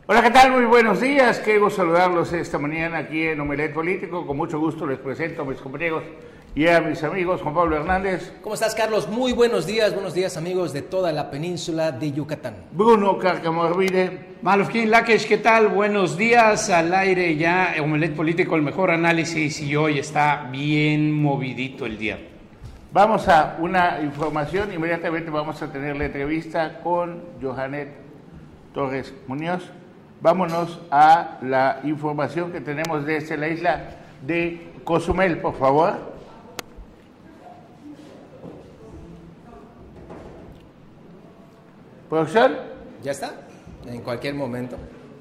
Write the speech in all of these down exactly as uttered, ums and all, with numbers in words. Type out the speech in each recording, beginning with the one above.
Hola, ¿qué tal? Muy buenos días. Qué gusto saludarlos esta mañana aquí en Omelet Político. Con mucho gusto les presento a mis compañeros y a mis amigos. Juan Pablo Hernández. ¿Cómo estás, Carlos? Muy buenos días. Buenos días, amigos de toda la península de Yucatán. Bruno Cárcamo Arvide. Malofkin Lakesh, ¿qué tal? Buenos días. Al aire ya Omelet Político, el mejor análisis, y hoy está bien movidito el día. Vamos a una información. Inmediatamente vamos a tener la entrevista con Johanet Torres Muñoz. Vámonos a la información que tenemos desde la isla de Cozumel, por favor. ¿Producción? ¿Ya está? En cualquier momento.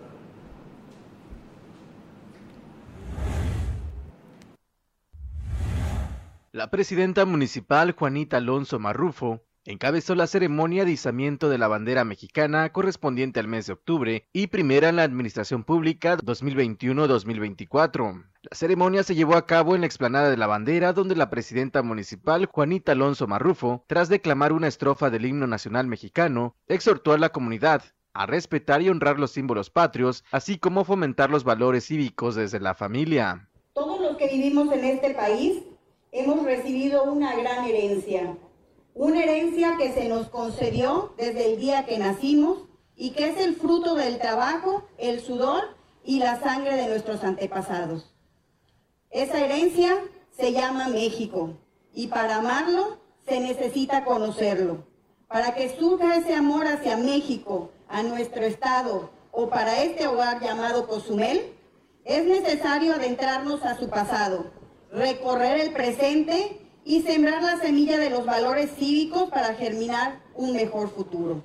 La presidenta municipal Juanita Alonso Marrufo encabezó la ceremonia de izamiento de la bandera mexicana correspondiente al mes de octubre y primera en la administración pública dos mil veintiuno a dos mil veinticuatro. La ceremonia se llevó a cabo en la explanada de la bandera, donde la presidenta municipal Juanita Alonso Marrufo, tras declamar una estrofa del himno nacional mexicano, exhortó a la comunidad a respetar y honrar los símbolos patrios, así como fomentar los valores cívicos desde la familia. Todos los que vivimos en este país hemos recibido una gran herencia. Una herencia que se nos concedió desde el día que nacimos y que es el fruto del trabajo, el sudor y la sangre de nuestros antepasados. Esa herencia se llama México y para amarlo se necesita conocerlo. Para que surja ese amor hacia México, a nuestro estado o para este hogar llamado Cozumel, es necesario adentrarnos a su pasado, recorrer el presente y sembrar la semilla de los valores cívicos para germinar un mejor futuro.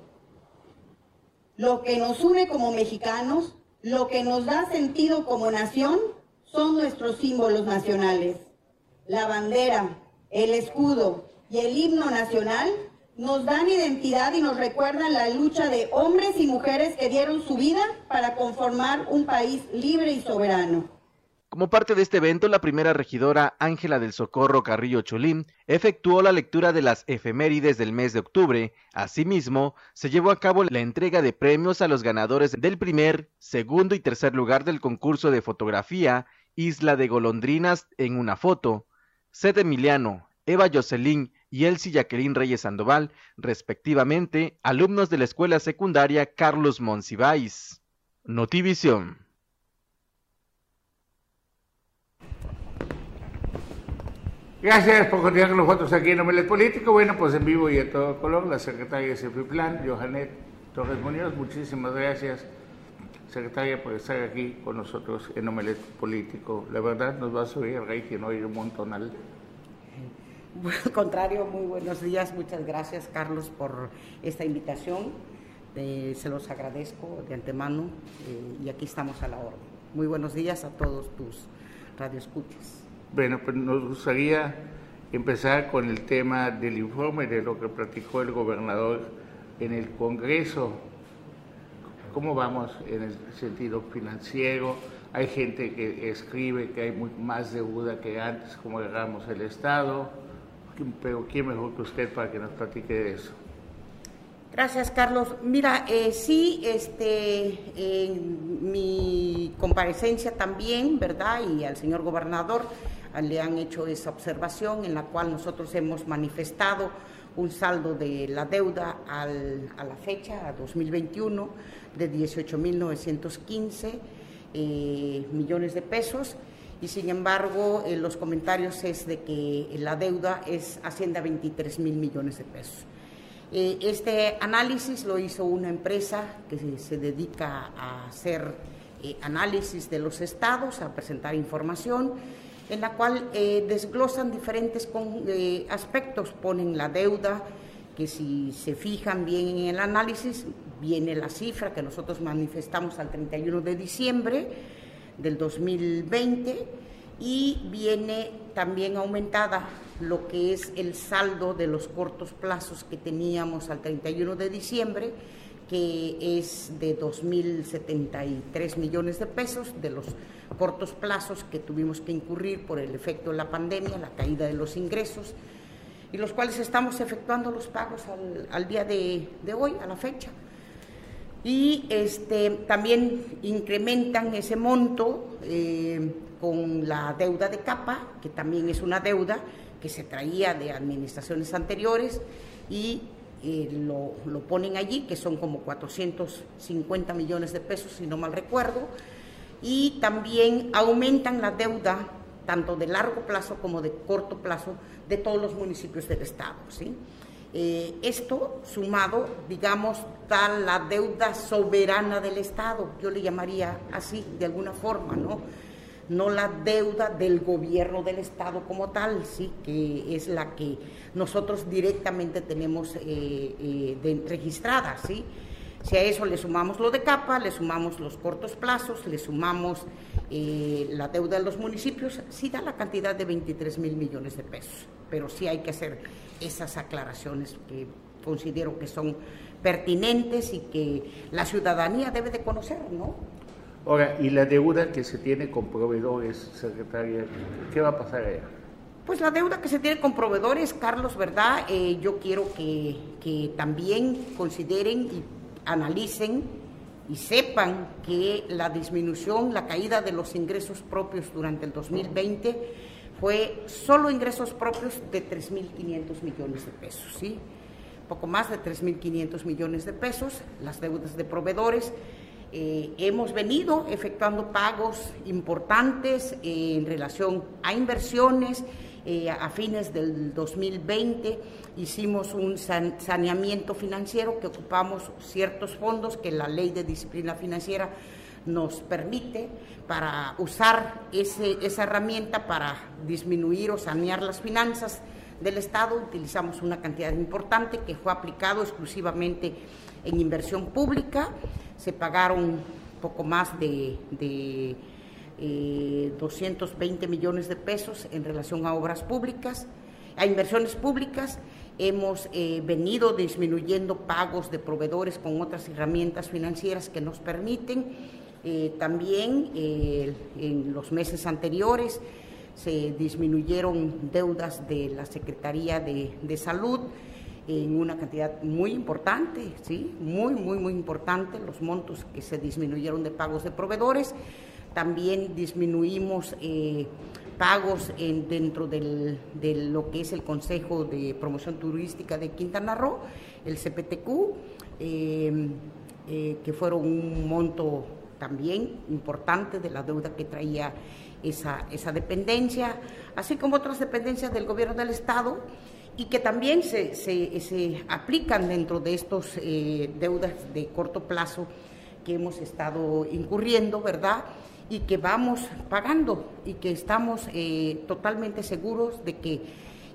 Lo que nos une como mexicanos, lo que nos da sentido como nación, son nuestros símbolos nacionales. La bandera, el escudo y el himno nacional nos dan identidad y nos recuerdan la lucha de hombres y mujeres que dieron su vida para conformar un país libre y soberano. Como parte de este evento, la primera regidora Ángela del Socorro Carrillo Cholín efectuó la lectura de las efemérides del mes de octubre. Asimismo, se llevó a cabo la entrega de premios a los ganadores del primer, segundo y tercer lugar del concurso de fotografía Isla de Golondrinas en una foto. Seth Emiliano, Eva Jocelyn y Elsie Jacqueline Reyes Sandoval, respectivamente, alumnos de la escuela secundaria Carlos Monsiváis. Notivisión. Gracias por continuar con nosotros aquí en Omelet Político. Bueno, pues en vivo y a todo color, la secretaria de Cefiplan, Johanet Torres Muñoz. Muchísimas gracias, secretaria, por estar aquí con nosotros en Omelet Político. La verdad, nos va a subir el rating hoy un montonal. Bueno, al contrario, muy buenos días. Muchas gracias, Carlos, por esta invitación. Eh, se los agradezco de antemano eh, y aquí estamos a la orden. Muy buenos días a todos tus radioescuchas. Bueno, pues nos gustaría empezar con el tema del informe de lo que platicó el gobernador en el Congreso. ¿Cómo vamos en el sentido financiero? Hay gente que escribe que hay muy, más deuda que antes, como agarramos el Estado, pero ¿quién mejor que usted para que nos platique de eso? Gracias, Carlos. Mira, eh, sí, este, en mi comparecencia también, ¿verdad? Y al señor gobernador le han hecho esa observación en la cual nosotros hemos manifestado un saldo de la deuda al, a la fecha, a dos mil veintiuno, de dieciocho mil novecientos quince eh, millones de pesos, y sin embargo eh, los comentarios es de que la deuda es asciende a veintitrés mil millones de pesos. Eh, este análisis lo hizo una empresa que se, se dedica a hacer eh, análisis de los estados, a presentar información, en la cual eh, desglosan diferentes con, eh, aspectos, ponen la deuda, que si se fijan bien en el análisis, viene la cifra que nosotros manifestamos al treinta y uno de diciembre del dos mil veinte, y viene también aumentada lo que es el saldo de los cortos plazos que teníamos al treinta y uno de diciembre, que es de dos mil setenta y tres millones de pesos, de los cortos plazos que tuvimos que incurrir por el efecto de la pandemia, la caída de los ingresos, y los cuales estamos efectuando los pagos al, al día de, de hoy, a la fecha. Y este, también incrementan ese monto eh, con la deuda de capa, que también es una deuda que se traía de administraciones anteriores, y eh, lo, lo ponen allí, que son como cuatrocientos cincuenta millones de pesos, si no mal recuerdo, y también aumentan la deuda, tanto de largo plazo como de corto plazo, de todos los municipios del estado, ¿sí? Eh, esto sumado, digamos, da la deuda soberana del Estado, yo le llamaría así, de alguna forma, ¿no? No la deuda del gobierno del Estado como tal, sí, que es la que nosotros directamente tenemos eh, eh, de, registrada, ¿sí? Si a eso le sumamos lo de capa, le sumamos los cortos plazos, le sumamos eh, la deuda de los municipios, sí da la cantidad de veintitrés mil millones de pesos, pero sí hay que hacer esas aclaraciones que considero que son pertinentes y que la ciudadanía debe de conocer, ¿no? Ahora, ¿y la deuda que se tiene con proveedores, secretaria, qué va a pasar allá? Pues la deuda que se tiene con proveedores, Carlos, ¿verdad? Eh, yo quiero que, que también consideren y analicen y sepan que la disminución, la caída de los ingresos propios durante el dos mil veinte fue solo ingresos propios de tres mil quinientos millones de pesos, ¿sí? Poco más de tres mil quinientos millones de pesos, las deudas de proveedores. Eh, hemos venido efectuando pagos importantes eh, en relación a inversiones. Eh, a fines del dos mil veinte hicimos un saneamiento financiero que ocupamos ciertos fondos que la Ley de Disciplina Financiera nos permite para usar ese, esa herramienta para disminuir o sanear las finanzas del Estado. Utilizamos una cantidad importante que fue aplicado exclusivamente en inversión pública. Se pagaron poco más de, de eh, doscientos veinte millones de pesos en relación a obras públicas, a inversiones públicas. Hemos eh, venido disminuyendo pagos de proveedores con otras herramientas financieras que nos permiten. Eh, también eh, en los meses anteriores se disminuyeron deudas de la Secretaría de, de Salud en una cantidad muy importante, ¿sí? Muy, muy, muy importante, los montos que se disminuyeron de pagos de proveedores. También disminuimos eh, pagos en, dentro del, de lo que es el Consejo de Promoción Turística de Quintana Roo, el C P T Q, eh, eh, que fueron un monto también importante de la deuda que traía esa, esa dependencia, así como otras dependencias del gobierno del Estado, y que también se, se, se aplican dentro de estos eh, deudas de corto plazo que hemos estado incurriendo, ¿verdad?, y que vamos pagando y que estamos eh, totalmente seguros de que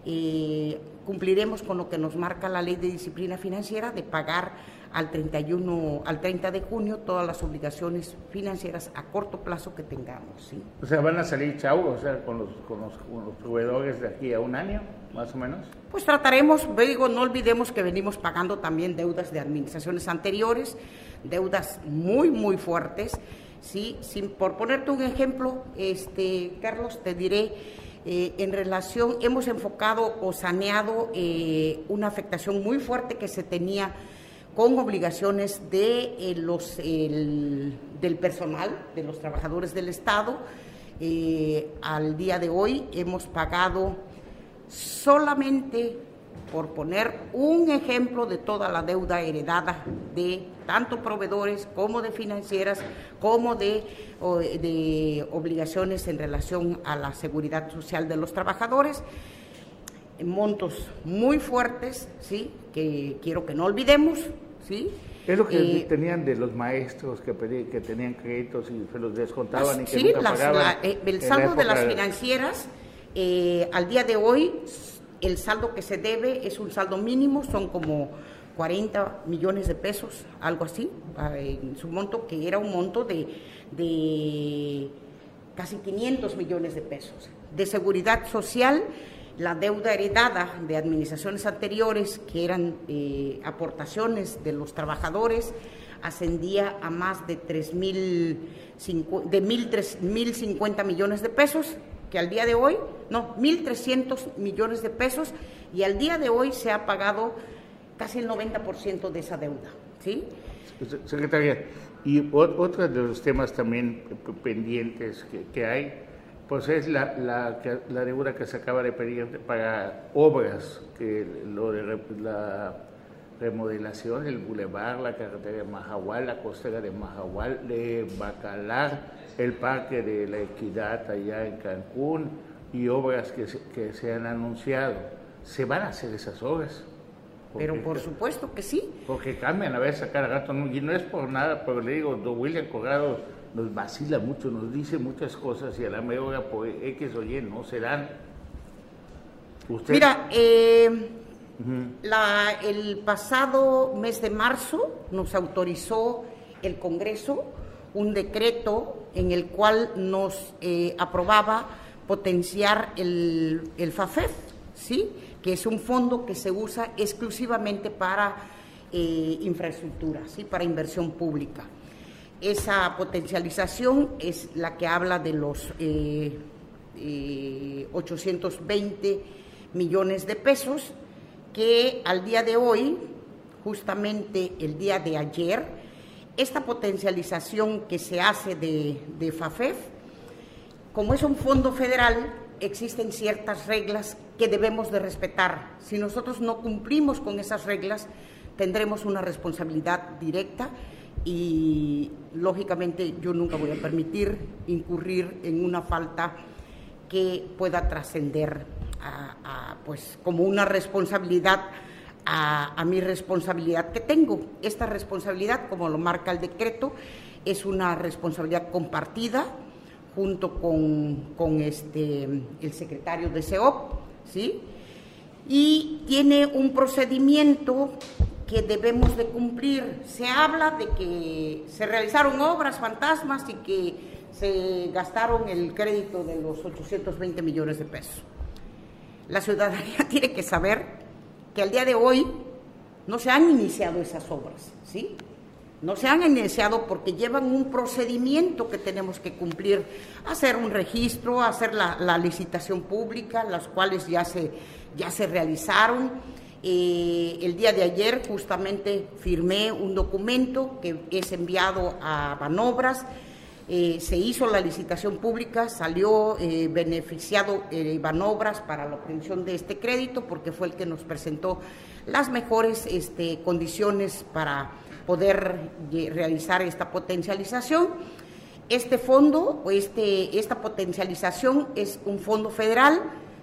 eh, cumpliremos con lo que nos marca la Ley de Disciplina Financiera de pagar al treinta y uno, al treinta de junio todas las obligaciones financieras a corto plazo que tengamos, ¿sí? O sea, ¿van a salir chavos, o sea, con los, con los, con los proveedores de aquí a un año, más o menos? Pues trataremos, digo, no olvidemos que venimos pagando también deudas de administraciones anteriores, deudas muy, muy fuertes, ¿sí? Sin, por ponerte un ejemplo, este, Carlos, te diré, eh, en relación, hemos enfocado o saneado eh, una afectación muy fuerte que se tenía con obligaciones de eh, los el, del personal, de los trabajadores del Estado. Eh, al día de hoy hemos pagado solamente, por poner un ejemplo de toda la deuda heredada de tanto proveedores como de financieras, como de, de obligaciones en relación a la seguridad social de los trabajadores, montos muy fuertes, ¿sí?, que quiero que no olvidemos, ¿sí? Es lo que eh, tenían de los maestros que, pedí, que tenían créditos y se los descontaban y que sí, nunca las, pagaban. La, eh, el saldo de las financieras, eh, al día de hoy, el saldo que se debe es un saldo mínimo, son como cuarenta millones de pesos, algo así, en su monto, que era un monto de, de casi quinientos millones de pesos. De seguridad social, la deuda heredada de administraciones anteriores, que eran eh, aportaciones de los trabajadores, ascendía a más de tres mil, de mil cincuenta millones de pesos, que al día de hoy, no, mil trescientos millones de pesos, y al día de hoy se ha pagado casi el noventa por ciento de esa deuda, ¿sí? Secretaria, y otro de los temas también pendientes que, que hay, pues es la, la, la deuda que se acaba de pedir para obras, que lo de la remodelación del bulevar, la carretera de Mahahual, la costera de Mahahual, de Bacalar, el Parque de la Equidad allá en Cancún y obras que se, que se han anunciado. ¿Se van a hacer esas obras? Porque, pero por supuesto que sí. Porque cambian a veces a cada rato, ¿no? Y no es por nada, pero le digo, don William Corrado nos vacila mucho, nos dice muchas cosas y a la media hora por X o Y no se dan. ¿Usted? Mira, eh, uh-huh. la, el pasado mes de marzo nos autorizó el Congreso un decreto en el cual nos eh, aprobaba potenciar el, el FAFEF, ¿sí?, que es un fondo que se usa exclusivamente para eh, infraestructura, ¿sí?, para inversión pública. Esa potencialización es la que habla de los eh, eh, ochocientos veinte millones de pesos que al día de hoy, justamente el día de ayer, esta potencialización que se hace de, de FAFEF, como es un fondo federal, existen ciertas reglas que debemos de respetar. Si nosotros no cumplimos con esas reglas, tendremos una responsabilidad directa y, lógicamente, yo nunca voy a permitir incurrir en una falta que pueda trascender a, a, pues, como una responsabilidad a, a mi responsabilidad que tengo. Esta responsabilidad, como lo marca el decreto, es una responsabilidad compartida junto con, con este, el secretario de C E O P, ¿sí? Y tiene un procedimiento que debemos de cumplir. Se habla de que se realizaron obras fantasmas y que se gastaron el crédito de los ochocientos veinte millones de pesos. La ciudadanía tiene que saber que al día de hoy no se han iniciado esas obras, ¿sí? No se han iniciado porque llevan un procedimiento que tenemos que cumplir, hacer un registro, hacer la, la licitación pública, las cuales ya se, ya se realizaron. Eh, el día de ayer justamente firmé un documento que es enviado a Banobras, eh, se hizo la licitación pública, salió eh, beneficiado eh, Banobras para la obtención de este crédito porque fue el que nos presentó las mejores este, condiciones para poder realizar esta potencialización. Este fondo, o este, esta potencialización es un fondo federal,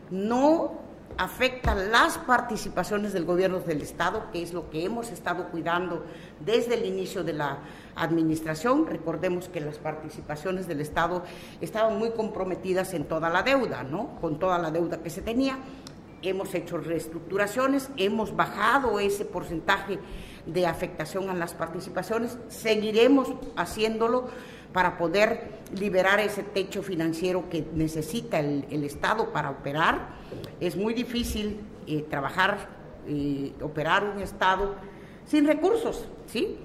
no afecta las participaciones del gobierno del Estado, que es lo que hemos estado cuidando desde el inicio de la administración. Recordemos que las participaciones del Estado estaban muy comprometidas en toda la deuda, ¿no?, con toda la deuda que se tenía. Hemos hecho reestructuraciones, hemos bajado ese porcentaje de afectación a las participaciones, seguiremos haciéndolo para poder liberar ese techo financiero que necesita el, el Estado para operar. Es muy difícil eh, trabajar, eh, operar un Estado sin recursos, ¿sí?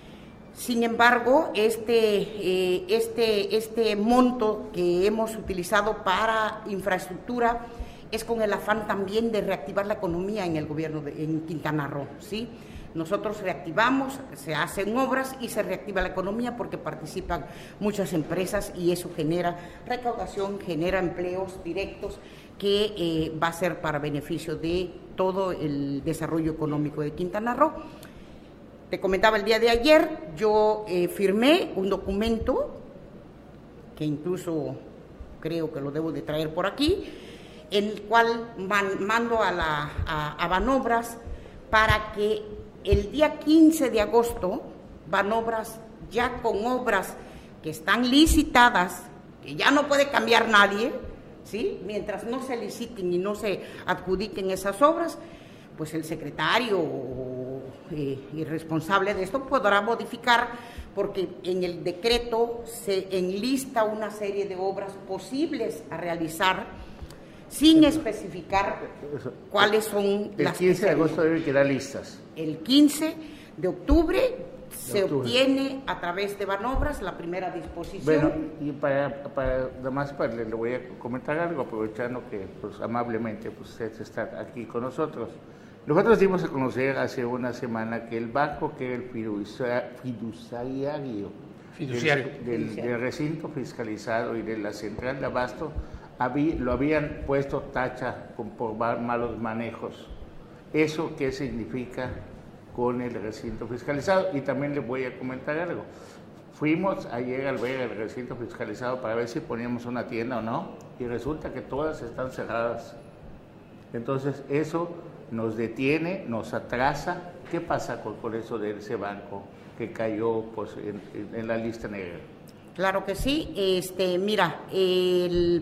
Sin embargo, este, eh, este, este monto que hemos utilizado para infraestructura es con el afán también de reactivar la economía en el gobierno de en Quintana Roo, ¿sí? Nosotros reactivamos, se hacen obras y se reactiva la economía porque participan muchas empresas y eso genera recaudación, genera empleos directos que eh, va a ser para beneficio de todo el desarrollo económico de Quintana Roo. Te comentaba el día de ayer, yo eh, firmé un documento que incluso creo que lo debo de traer por aquí, en el cual man, mando a, la, a, a Banobras para que el día quince de agosto, Banobras, ya con obras que están licitadas, que ya no puede cambiar nadie, ¿sí?, mientras no se liciten y no se adjudiquen esas obras, pues el secretario eh, y responsable de esto podrá modificar, porque en el decreto se enlista una serie de obras posibles a realizar sin especificar cuáles son el las El quince de agosto deben quedar listas. El quince de octubre de se octubre. obtiene a través de Banobras la primera disposición. Bueno, y para, para además para, le, le voy a comentar algo, aprovechando que pues, amablemente pues, usted está aquí con nosotros. Nosotros dimos a conocer hace una semana que el banco, que era el fiducia, fiduciario, fiduciario. Del, del, del recinto fiscalizado y de la central de abasto, habí, lo habían puesto tacha con, por malos manejos. ¿Eso qué significa con el recinto fiscalizado? Y también les voy a comentar algo. Fuimos ayer al ver el recinto fiscalizado para ver si poníamos una tienda o no, y resulta que todas están cerradas. Entonces eso nos detiene, nos atrasa. ¿Qué pasa con, con eso de ese banco que cayó pues, en, en la lista negra? Claro que sí. Este, mira, el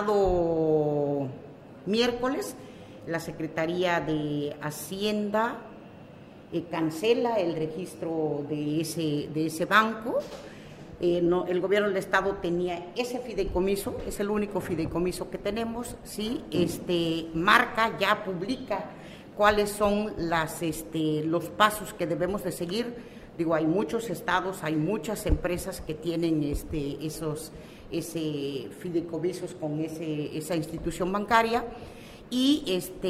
pasado miércoles la Secretaría de Hacienda eh, cancela el registro de ese, de ese banco. Eh, no, el gobierno del Estado tenía ese fideicomiso, es el único fideicomiso que tenemos, sí, este, marca, ya publica cuáles son las, este, los pasos que debemos de seguir. Digo, hay muchos estados, hay muchas empresas que tienen este, esos ese fideicomisos con ese, esa institución bancaria, y este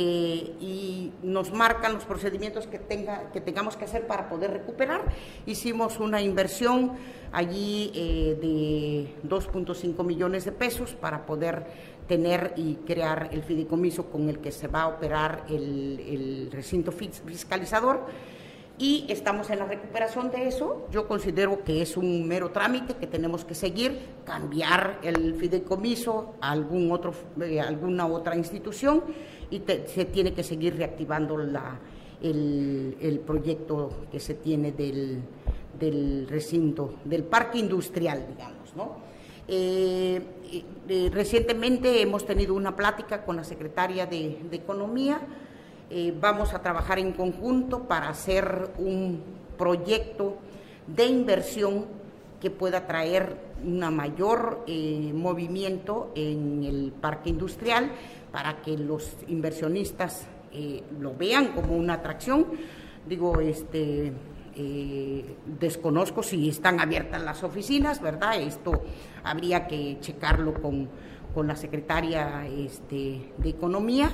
y nos marcan los procedimientos que tenga que tengamos que hacer para poder recuperar. Hicimos una inversión allí eh, de dos punto cinco millones de pesos para poder tener y crear el fideicomiso con el que se va a operar el, el recinto fiscalizador, y estamos en la recuperación de eso. Yo considero que es un mero trámite que tenemos que seguir, cambiar el fideicomiso a algún otro, eh, alguna otra institución, y te, se tiene que seguir reactivando la, el, el proyecto que se tiene del, del recinto, del parque industrial, digamos, ¿no? Eh, eh, recientemente hemos tenido una plática con la secretaria de, de Economía. Eh, vamos a trabajar en conjunto para hacer un proyecto de inversión que pueda traer una mayor eh, movimiento en el parque industrial, para que los inversionistas eh, lo vean como una atracción. Digo, este eh, desconozco si están abiertas las oficinas, ¿verdad? Esto habría que checarlo con, con la secretaria este, de Economía.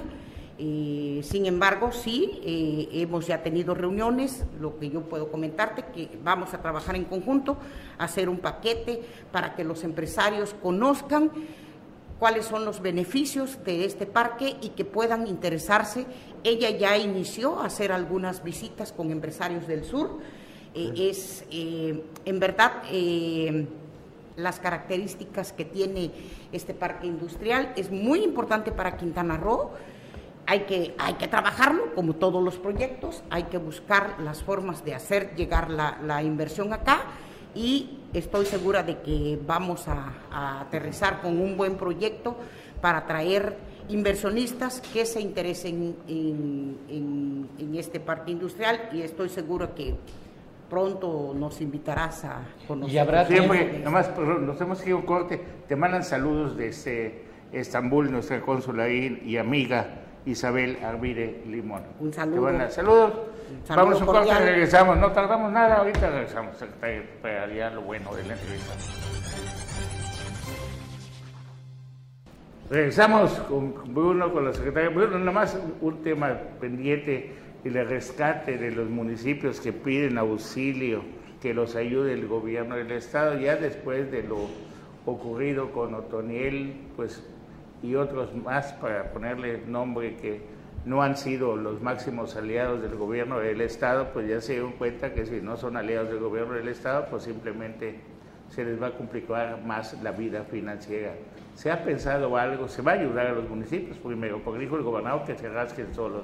Eh, sin embargo, sí, eh, hemos ya tenido reuniones. Lo que yo puedo comentarte, que vamos a trabajar en conjunto, hacer un paquete para que los empresarios conozcan cuáles son los beneficios de este parque y que puedan interesarse. Ella ya inició a hacer algunas visitas con empresarios del sur. Eh, sí. Es, eh, en verdad, eh, las características que tiene este parque industrial es muy importante para Quintana Roo. Hay que, hay que trabajarlo, como todos los proyectos, hay que buscar las formas de hacer llegar la, la inversión acá, y estoy segura de que vamos a, a aterrizar con un buen proyecto para atraer inversionistas que se interesen en, en, en este parque industrial, y estoy segura que pronto nos invitarás a conocer. Y habrá siempre, nomás nos hemos ido un corte, te mandan saludos desde Estambul, nuestra cónsula ahí y amiga Isabel Arvide Limón. Un saludo. Saludos. Saludo Vamos a un corte y regresamos. No tardamos nada, ahorita regresamos para allá lo bueno de la entrevista. Regresamos con Bruno, con la secretaria. Bruno, nada más un tema pendiente, el rescate de los municipios que piden auxilio, que los ayude el gobierno del estado, ya después de lo ocurrido con Otoniel, pues, y otros más, para ponerle nombre, que no han sido los máximos aliados del gobierno del estado, pues ya se dieron cuenta que si no son aliados del gobierno del estado, pues simplemente se les va a complicar más la vida financiera. ¿Se ha pensado algo? ¿Se va a ayudar a los municipios primero? Porque dijo el gobernador que se rasquen solos.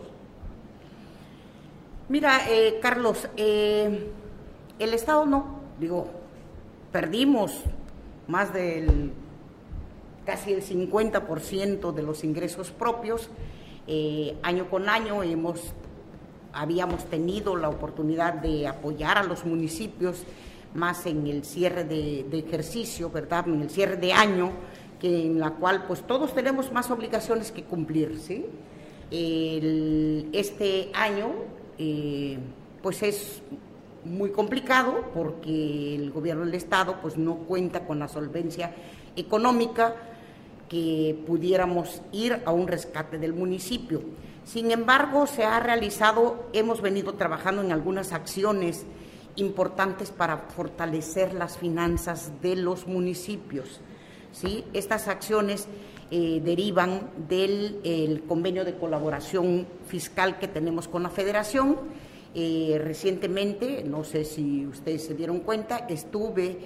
Mira, eh, Carlos, eh, el estado no, digo, perdimos más del casi el cincuenta por ciento de los ingresos propios. Eh, año con año hemos, habíamos tenido la oportunidad de apoyar a los municipios más en el cierre de, de ejercicio, ¿verdad? En el cierre de año, que en la cual pues todos tenemos más obligaciones que cumplir, ¿sí? El, este año eh, pues es muy complicado porque el gobierno del estado pues no cuenta con la solvencia económica que pudiéramos ir a un rescate del municipio. Sin embargo, se ha realizado, hemos venido trabajando en algunas acciones importantes para fortalecer las finanzas de los municipios, ¿sí? Estas acciones eh, derivan del el convenio de colaboración fiscal que tenemos con la Federación. Eh, recientemente, no sé si ustedes se dieron cuenta, estuve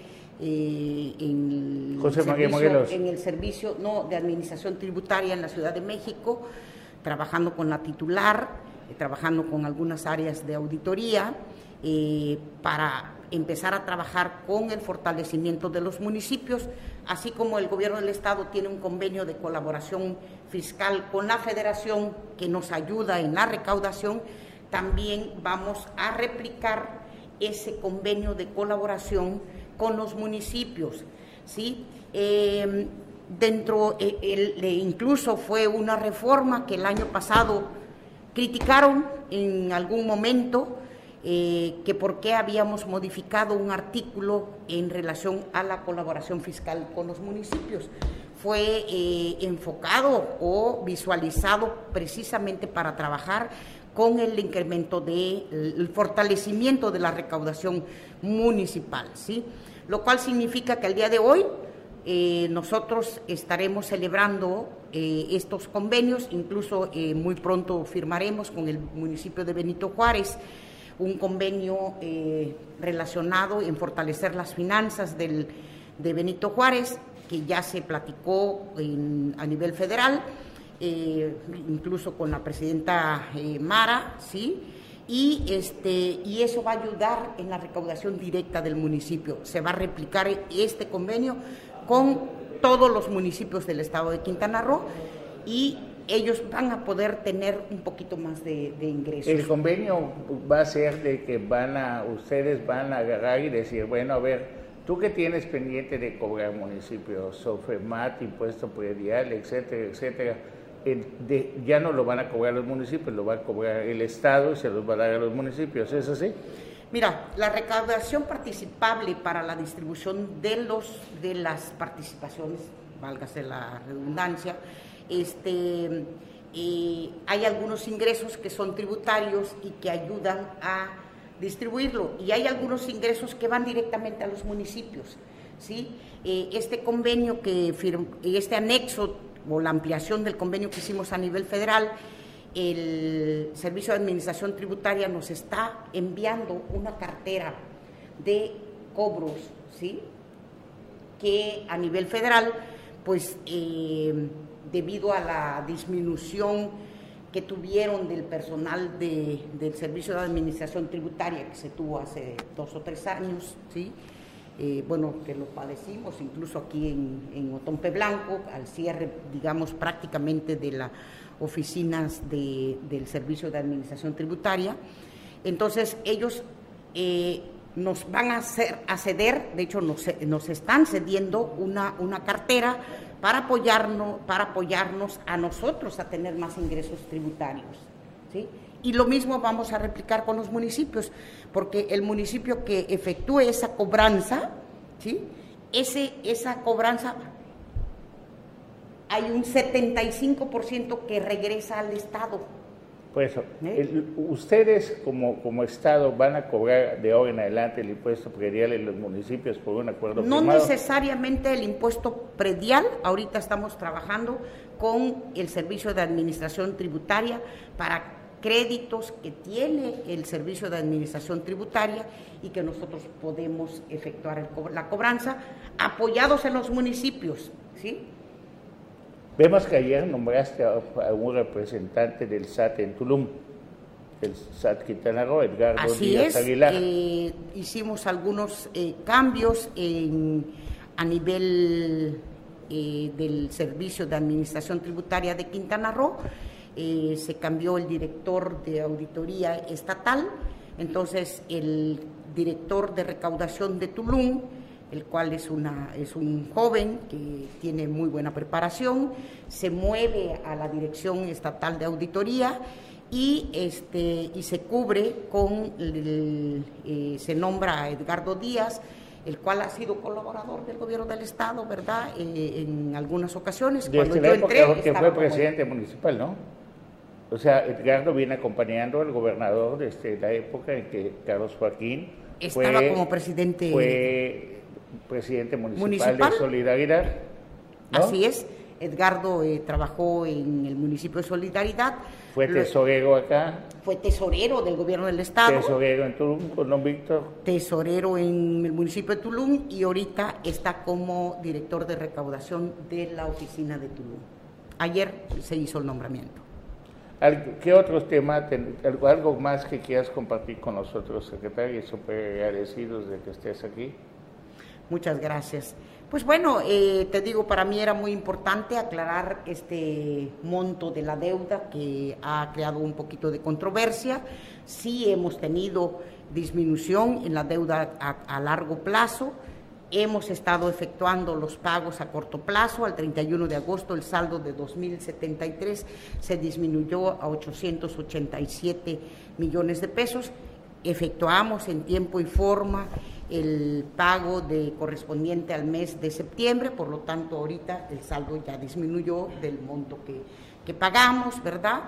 eh, en, el José María servicio, Morelos. en el servicio no, de administración tributaria en la Ciudad de México, trabajando con la titular, eh, trabajando con algunas áreas de auditoría, eh, para empezar a trabajar con el fortalecimiento de los municipios, así como el gobierno del Estado tiene un convenio de colaboración fiscal con la Federación que nos ayuda en la recaudación. También vamos a replicar ese convenio de colaboración con los municipios, ¿sí? Eh, dentro, eh, el, eh, incluso fue una reforma que el año pasado criticaron en algún momento, eh, que por qué habíamos modificado un artículo en relación a la colaboración fiscal con los municipios. Fue eh, enfocado o visualizado precisamente para trabajar con el incremento del fortalecimiento de la recaudación municipal, ¿sí? Lo cual significa que el día de hoy eh, nosotros estaremos celebrando eh, estos convenios, incluso eh, muy pronto firmaremos con el municipio de Benito Juárez un convenio eh, relacionado en fortalecer las finanzas del, de Benito Juárez, que ya se platicó en, a nivel federal, eh, incluso con la presidenta eh, Mara, ¿sí? Y, este, y eso va a ayudar en la recaudación directa del municipio. Se va a replicar este convenio con todos los municipios del estado de Quintana Roo y ellos van a poder tener un poquito más de, de ingresos. El convenio va a ser de que van a, ustedes van a agarrar y decir, bueno, a ver, tú que tienes pendiente de cobrar municipios, SOFEMAT, impuesto predial, etcétera, etcétera, el de, ya no lo van a cobrar los municipios, lo va a cobrar el Estado y se los va a dar a los municipios, ¿es así? Mira, la recaudación participable para la distribución de, los, de las participaciones, válgase la redundancia, este, eh, hay algunos ingresos que son tributarios y que ayudan a distribuirlo, y hay algunos ingresos que van directamente a los municipios, ¿sí? Eh, este convenio que firm, este anexo o la ampliación del convenio que hicimos a nivel federal, el Servicio de Administración Tributaria nos está enviando una cartera de cobros, ¿sí? Que a nivel federal, pues eh, debido a la disminución que tuvieron del personal de, del Servicio de Administración Tributaria que se tuvo hace dos o tres años, ¿sí? Eh, bueno, que lo padecimos incluso aquí en, en Otompe Blanco, al cierre, digamos, prácticamente de las oficinas de, del Servicio de Administración Tributaria. Entonces, ellos eh, nos van a, hacer, a ceder, de hecho, nos, nos están cediendo una, una cartera para apoyarnos, para apoyarnos a nosotros a tener más ingresos tributarios, ¿sí? Y lo mismo vamos a replicar con los municipios, porque el municipio que efectúe esa cobranza, ¿sí? Ese, esa cobranza, hay un setenta y cinco por ciento que regresa al Estado. Por eso, ¿Eh? el, ustedes como, como Estado van a cobrar de ahora en adelante el impuesto predial en los municipios por un acuerdo No firmado. necesariamente el impuesto predial, ahorita estamos trabajando con el Servicio de Administración Tributaria para créditos que tiene el Servicio de Administración Tributaria y que nosotros podemos efectuar el co- la cobranza apoyados en los municipios, ¿sí? Vemos que ayer nombraste a, a un representante del S A T en Tulum, del S A T Quintana Roo, Edgardo Así Díaz es, Aguilar. eh, hicimos algunos eh, cambios en, a nivel eh, del Servicio de Administración Tributaria de Quintana Roo. Eh, se cambió el director de auditoría estatal, entonces el director de recaudación de Tulum, el cual es, una, es un joven que tiene muy buena preparación, se mueve a la Dirección Estatal de Auditoría y, este, y se cubre con, el, eh, se nombra a Edgardo Díaz, el cual ha sido colaborador del gobierno del Estado, ¿verdad?, eh, en algunas ocasiones. Desde Cuando la yo época entré, que estaba fue como- presidente municipal, ¿no? O sea, Edgardo viene acompañando al gobernador desde la época en que Carlos Joaquín estaba fue, como presidente, fue presidente municipal, municipal de Solidaridad, ¿no? Así es, Edgardo eh, trabajó en el municipio de Solidaridad. Fue tesorero acá. Fue tesorero del gobierno del estado. Tesorero en Tulum con don Víctor. Tesorero en el municipio de Tulum y ahorita está como director de recaudación de la oficina de Tulum. Ayer se hizo el nombramiento. ¿Qué otros temas, algo más que quieras compartir con nosotros, secretario? Súper agradecidos de que estés aquí. Muchas gracias. Pues bueno, eh, te digo, para mí era muy importante aclarar este monto de la deuda que ha creado un poquito de controversia. Sí hemos tenido disminución en la deuda a, a largo plazo. Hemos estado efectuando los pagos a corto plazo. Al treinta y uno de agosto el saldo de dos mil setenta y tres se disminuyó a ochocientos ochenta y siete millones de pesos. Efectuamos en tiempo y forma el pago de correspondiente al mes de septiembre, por lo tanto ahorita el saldo ya disminuyó del monto que, que pagamos, ¿verdad?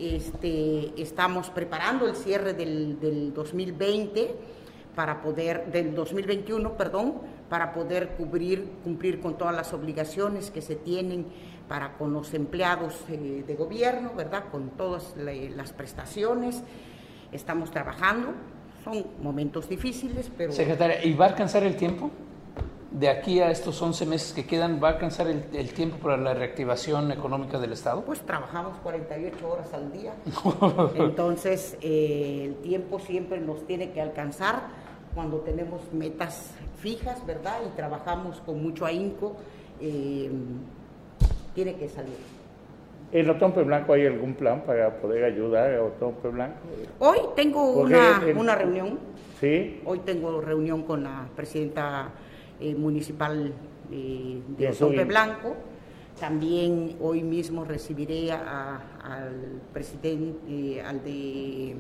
Este, estamos preparando el cierre del, del dos mil veinte para poder, del dos mil veintiuno, perdón, para poder cubrir, cumplir con todas las obligaciones que se tienen para con los empleados eh, de gobierno, ¿verdad? Con todas la, las prestaciones. Estamos trabajando, son momentos difíciles, pero... Secretaria, ¿y va a alcanzar el tiempo? De aquí a estos once meses que quedan, ¿va a alcanzar el, el tiempo para la reactivación económica del Estado? Pues trabajamos cuarenta y ocho horas al día, entonces eh, el tiempo siempre nos tiene que alcanzar cuando tenemos metas fijas, ¿verdad? Y trabajamos con mucho ahínco, eh, tiene que salir. ¿En Otompe Blanco hay algún plan para poder ayudar a Otompe Blanco? Hoy tengo una, el, una reunión. ¿Sí? Hoy tengo reunión con la presidenta eh, municipal eh, de Otompe Blanco. También hoy mismo recibiré a, al presidente, eh, al de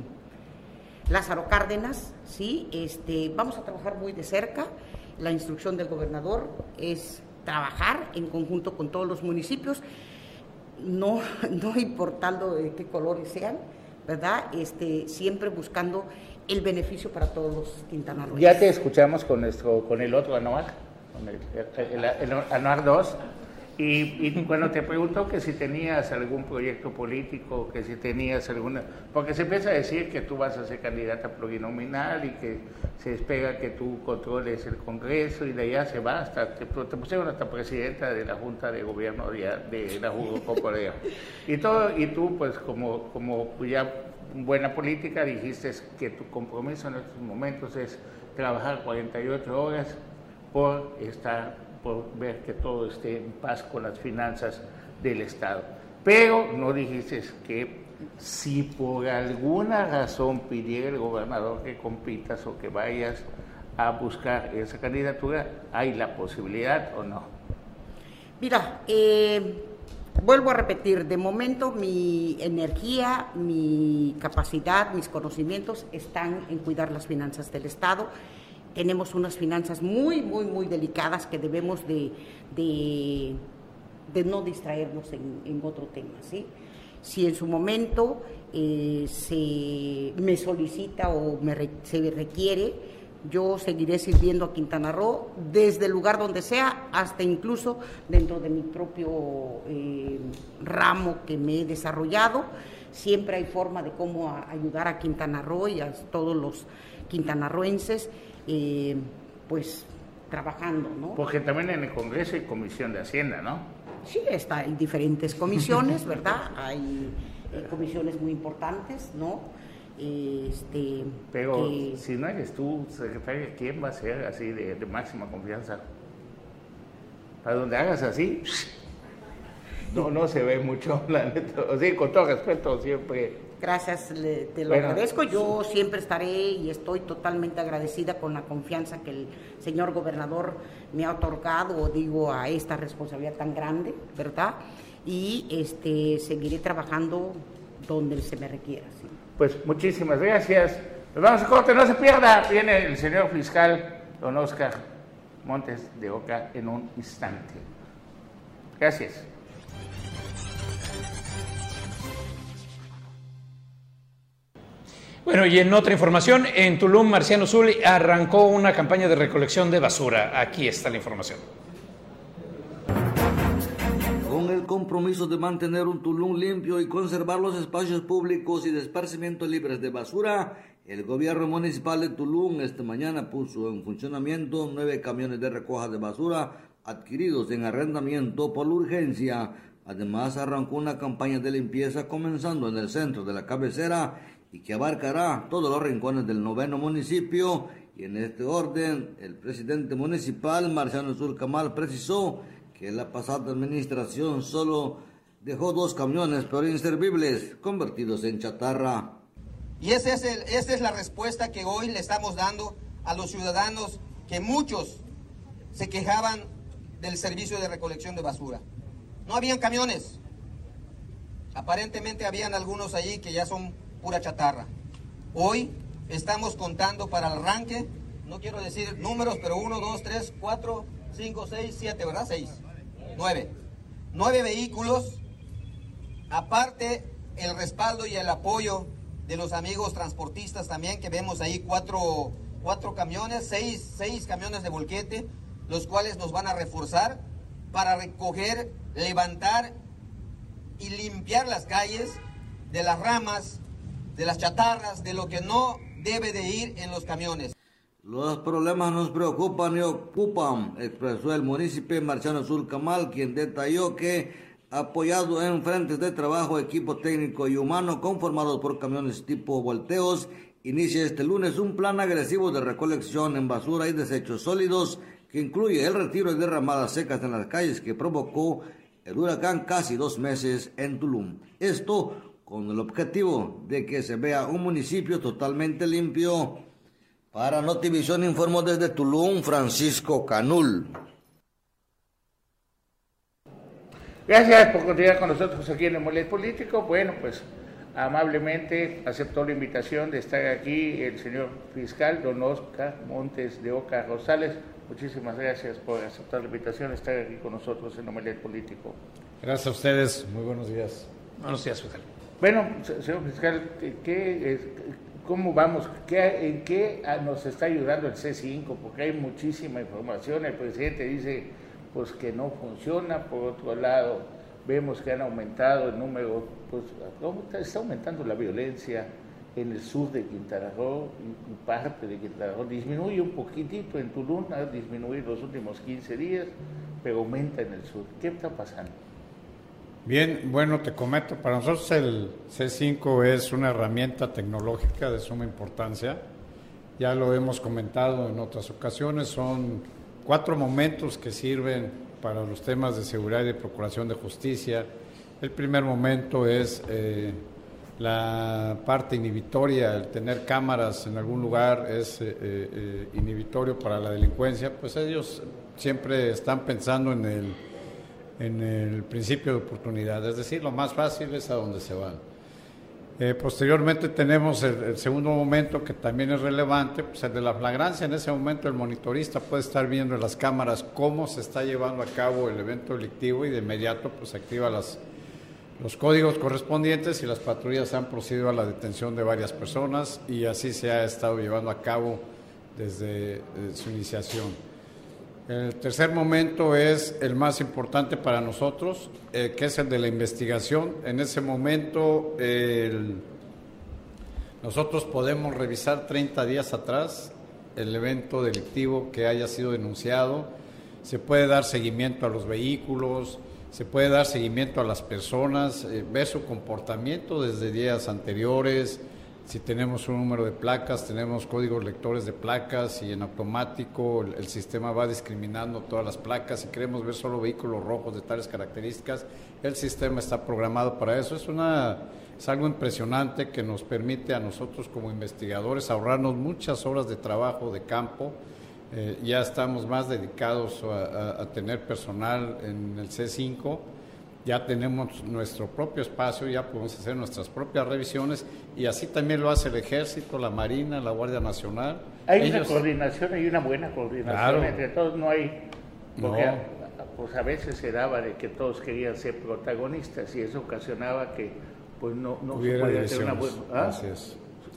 Lázaro Cárdenas, ¿sí? Este, vamos a trabajar muy de cerca. La instrucción del gobernador es trabajar en conjunto con todos los municipios. No, no importando de qué colores sean, ¿verdad? Este, siempre buscando el beneficio para todos los quintanarroenses. Ya te escuchamos con nuestro, con el otro Anuar, con el, el, el, el Anuar dos, y, y bueno, te preguntó que si tenías algún proyecto político, que si tenías alguna, porque se empieza a decir que tú vas a ser candidata plurinominal y que se espera que tú controles el Congreso y de allá se va hasta, te, te pusieron hasta presidenta de la Junta de Gobierno de, de la Jugocoporeo. Y todo, y tú pues como, como ya buena política dijiste que tu compromiso en estos momentos es trabajar cuarenta y ocho horas por estar por ver que todo esté en paz con las finanzas del Estado. Pero no dijiste que si por alguna razón pidiera el gobernador que compitas o que vayas a buscar esa candidatura, ¿hay la posibilidad o no? Mira, eh, vuelvo a repetir, de momento mi energía, mi capacidad, mis conocimientos están en cuidar las finanzas del Estado. Tenemos unas finanzas muy, muy, muy delicadas que debemos de, de, de no distraernos en, en otro tema, ¿sí? Si en su momento eh, se me solicita o me re, se requiere, yo seguiré sirviendo a Quintana Roo desde el lugar donde sea, hasta incluso dentro de mi propio eh, ramo que me he desarrollado. Siempre hay forma de cómo a, ayudar a Quintana Roo y a todos los quintanarroenses. Eh, pues trabajando, ¿no? Porque también en el Congreso hay Comisión de Hacienda, ¿no? Sí, está, hay diferentes comisiones, ¿verdad? Hay eh, comisiones muy importantes, ¿no? Este, Pero que... si no eres tú, secretaria, ¿quién va a ser así de, de máxima confianza? Para donde hagas así, no, no se ve mucho, la neta. O sea, con todo respeto, siempre... Gracias, le, te lo bueno, agradezco. Yo siempre estaré y estoy totalmente agradecida con la confianza que el señor gobernador me ha otorgado, digo, a esta responsabilidad tan grande, ¿verdad? Y este seguiré trabajando donde se me requiera. ¿Sí? Pues muchísimas gracias. Nos vamos a corte, no se pierda. Viene el señor fiscal, don Oscar Montes de Oca, en un instante. Gracias. Bueno, y en otra información, en Tulum, Marciano Zul arrancó una campaña de recolección de basura. Aquí está la información. Con el compromiso de mantener un Tulum limpio y conservar los espacios públicos y de esparcimiento libres de basura, el gobierno municipal de Tulum esta mañana puso en funcionamiento nueve camiones de recoja de basura adquiridos en arrendamiento por la urgencia. Además, arrancó una campaña de limpieza comenzando en el centro de la cabecera y que abarcará todos los rincones del noveno municipio. Y en este orden, el presidente municipal, Marciano Zul Camal, precisó que la pasada administración solo dejó dos camiones, pero inservibles, convertidos en chatarra. Y ese es el, esa es la respuesta que hoy le estamos dando a los ciudadanos, que muchos se quejaban del servicio de recolección de basura. No habían camiones. Aparentemente habían algunos allí que ya son pura chatarra. Hoy estamos contando para el arranque, no quiero decir números, pero uno, dos, tres, cuatro, cinco, seis, siete, ¿verdad? Seis. Nueve. Nueve vehículos, aparte el respaldo y el apoyo de los amigos transportistas también, que vemos ahí cuatro, cuatro camiones, seis, seis camiones de volquete, los cuales nos van a reforzar para recoger, levantar y limpiar las calles de las ramas, de las chatarras, de lo que no debe de ir en los camiones. Los problemas nos preocupan y ocupan, expresó el municipio Marciano Zul Camal, quien detalló que, apoyado en frentes de trabajo, equipo técnico y humano conformados por camiones tipo volteos, inicia este lunes un plan agresivo de recolección en basura y desechos sólidos que incluye el retiro de derramadas secas en las calles que provocó el huracán casi dos meses en Tulum. Esto con el objetivo de que se vea un municipio totalmente limpio. Para Notivisión informó desde Tulum, Francisco Canul. Gracias por continuar con nosotros aquí en el Omelet Político. Bueno, pues amablemente aceptó la invitación de estar aquí el señor fiscal don Oscar Montes de Oca Rosales. Muchísimas gracias por aceptar la invitación de estar aquí con nosotros en Omelet Político. Gracias a ustedes. Muy buenos días. Buenos días, fiscal. Bueno, señor fiscal, ¿qué es, ¿cómo vamos? ¿Qué, ¿En qué nos está ayudando el C cinco? Porque hay muchísima información. El presidente dice pues que no funciona. Por otro lado, vemos que han aumentado el número, pues está aumentando la violencia en el sur de Quintana Roo y parte de Quintana Roo. Disminuye un poquitito en Tulum, ha disminuido los últimos quince días, pero aumenta en el sur. ¿Qué está pasando? Bien, bueno, te comento, para nosotros el C cinco es una herramienta tecnológica de suma importancia. Ya lo hemos comentado en otras ocasiones, son cuatro momentos que sirven para los temas de seguridad y de procuración de justicia. El primer momento es eh, la parte inhibitoria, el tener cámaras en algún lugar es eh, eh, inhibitorio para la delincuencia, pues ellos siempre están pensando en el, en el principio de oportunidad, es decir, lo más fácil es a donde se van. Eh, posteriormente tenemos el, el segundo momento que también es relevante, pues el de la flagrancia. En ese momento el monitorista puede estar viendo en las cámaras cómo se está llevando a cabo el evento delictivo y de inmediato pues activa las, los códigos correspondientes y las patrullas han procedido a la detención de varias personas y así se ha estado llevando a cabo desde eh, su iniciación. El tercer momento es el más importante para nosotros, eh, que es el de la investigación. En ese momento el, nosotros podemos revisar treinta días atrás el evento delictivo que haya sido denunciado, se puede dar seguimiento a los vehículos, se puede dar seguimiento a las personas, eh, ver su comportamiento desde días anteriores. Si tenemos un número de placas, tenemos códigos lectores de placas y en automático el, el sistema va discriminando todas las placas. Si queremos ver solo vehículos rojos de tales características, el sistema está programado para eso. Es, una, es algo impresionante que nos permite a nosotros como investigadores ahorrarnos muchas horas de trabajo de campo. Eh, ya estamos más dedicados a, a, a tener personal en el C cinco. Ya tenemos nuestro propio espacio, ya podemos hacer nuestras propias revisiones y así también lo hace el Ejército, la Marina, la Guardia Nacional. Hay Ellos... una coordinación, hay una buena coordinación, claro. Entre todos, no hay, porque no. Pues a veces se daba de que todos querían ser protagonistas y eso ocasionaba que pues no, no hubiera se podía hacer una buena... ¿ah? Así es.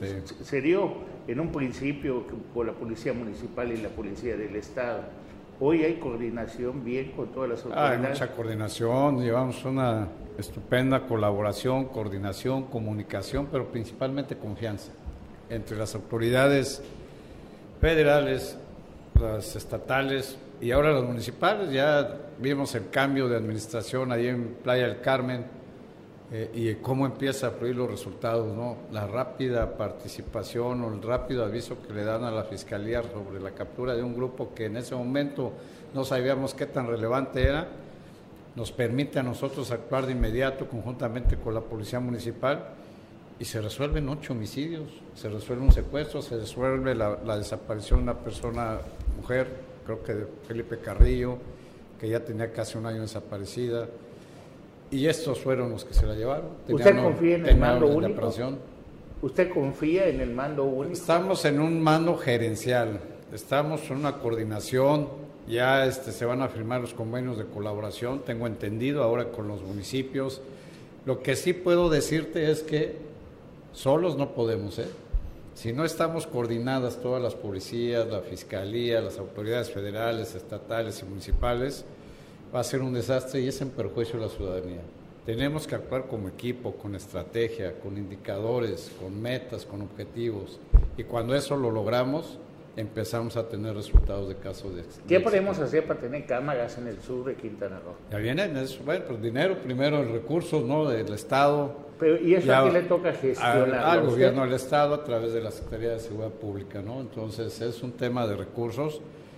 Este... Se dio en un principio con la Policía Municipal y la Policía del Estado. Hoy hay coordinación bien con todas las autoridades. Ah, hay mucha coordinación, llevamos una estupenda colaboración, coordinación, comunicación, pero principalmente confianza entre las autoridades federales, las estatales y ahora las municipales. Ya vimos el cambio de administración ahí en Playa del Carmen eh, y cómo empieza a fluir los resultados, ¿no? La rápida participación o el rápido aviso que le dan a la Fiscalía sobre la captura de un grupo que en ese momento no sabíamos qué tan relevante era, nos permite a nosotros actuar de inmediato conjuntamente con la Policía Municipal y se resuelven ocho homicidios, se resuelve un secuestro, se resuelve la, la desaparición de una persona, mujer, creo que de Felipe Carrillo, que ya tenía casi un año desaparecida, y estos fueron los que se la llevaron. ¿Usted confía en el mando único? Operación. ¿Usted confía en el mando único? Estamos en un mando gerencial, estamos en una coordinación, ya este, se van a firmar los convenios de colaboración, tengo entendido, ahora con los municipios. Lo que sí puedo decirte es que solos no podemos, ¿eh? Si no estamos coordinadas todas las policías, la fiscalía, las autoridades federales, estatales y municipales, va a ser un desastre y es en perjuicio de la ciudadanía. Tenemos que actuar como equipo, con estrategia, con indicadores, con metas, con objetivos. Y cuando eso lo logramos, empezamos a tener resultados de casos de éxito. ¿Qué podemos hacer para tener cámaras en el sur de Quintana Roo? Ya vienen, eso, bueno, pues dinero, primero recursos, ¿no?, del Estado. Pero, ¿y eso ya, a quién le toca gestionar? Al, al gobierno del Estado a través de la Secretaría de Seguridad Pública, ¿no? Entonces es un tema de recursos.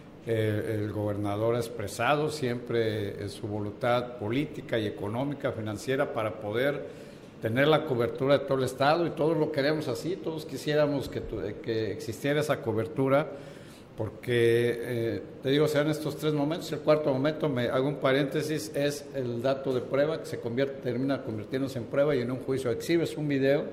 Eh, el gobernador ha expresado siempre eh, su voluntad política y económica, financiera, para poder tener la cobertura de todo el Estado, y todos lo queremos así, todos quisiéramos que, que existiera esa cobertura, porque, eh, te digo, sean estos tres momentos. El cuarto momento, me hago un paréntesis, es el dato de prueba, que se convierte, termina convirtiéndose en prueba, y en un juicio exhibes un video,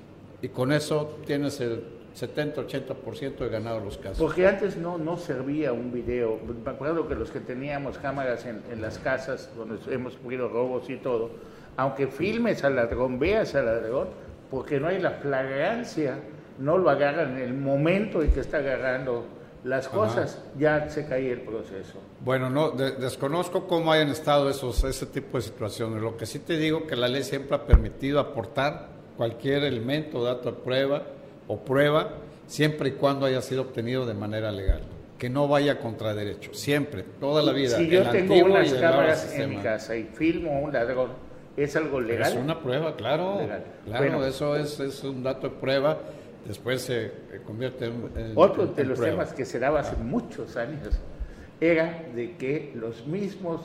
y con eso tienes el setenta a ochenta por ciento de ganado los casos. Porque antes no, no servía un video. Me acuerdo que los que teníamos cámaras en, en las casas, donde hemos sufrido robos y todo, aunque filmes al ladrón, veas al ladrón, porque no hay la flagrancia, no lo agarran en el momento en que está agarrando las cosas, ajá, ya se cae el proceso. Bueno, no, de, desconozco cómo hayan estado esos, ese tipo de situaciones. Lo que sí te digo, que la ley siempre ha permitido aportar cualquier elemento, dato de prueba o prueba, siempre y cuando haya sido obtenido de manera legal, que no vaya contra derecho, siempre, toda la vida. Si yo tengo unas cámaras en mi casa y filmo a un ladrón, ¿es algo legal? Es una prueba, claro, legal. Claro, bueno, eso es, es un dato de prueba, después se convierte en, en otro en, de en los prueba. Temas que se daba hace ah. muchos años era de que los mismos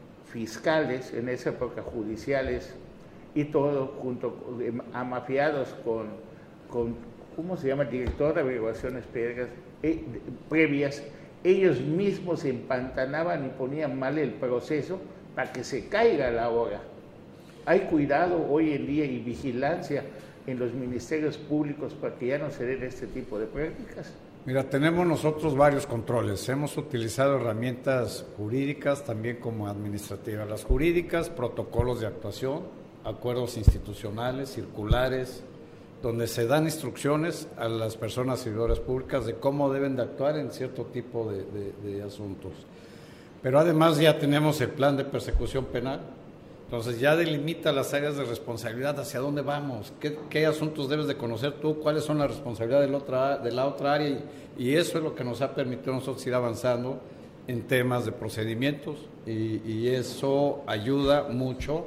fiscales, en esa época judiciales y todo, junto con, amafiados con, con, ¿cómo se llama?, el director de averiguaciones previas, eh, previas, ellos mismos se empantanaban y ponían mal el proceso para que se caiga la hora. Hay cuidado hoy en día y vigilancia en los ministerios públicos para que ya no se den este tipo de prácticas. Mira, tenemos nosotros varios controles. Hemos utilizado herramientas jurídicas también como administrativas. Las jurídicas, protocolos de actuación, acuerdos institucionales, circulares, donde se dan instrucciones a las personas servidoras públicas de cómo deben de actuar en cierto tipo de, de, de asuntos. Pero además ya tenemos el plan de persecución penal. Entonces ya delimita las áreas de responsabilidad, hacia dónde vamos, qué, qué asuntos debes de conocer tú, cuáles son las responsabilidades de la otra, de la otra área, y, y eso es lo que nos ha permitido a nosotros ir avanzando en temas de procedimientos, y, y eso ayuda mucho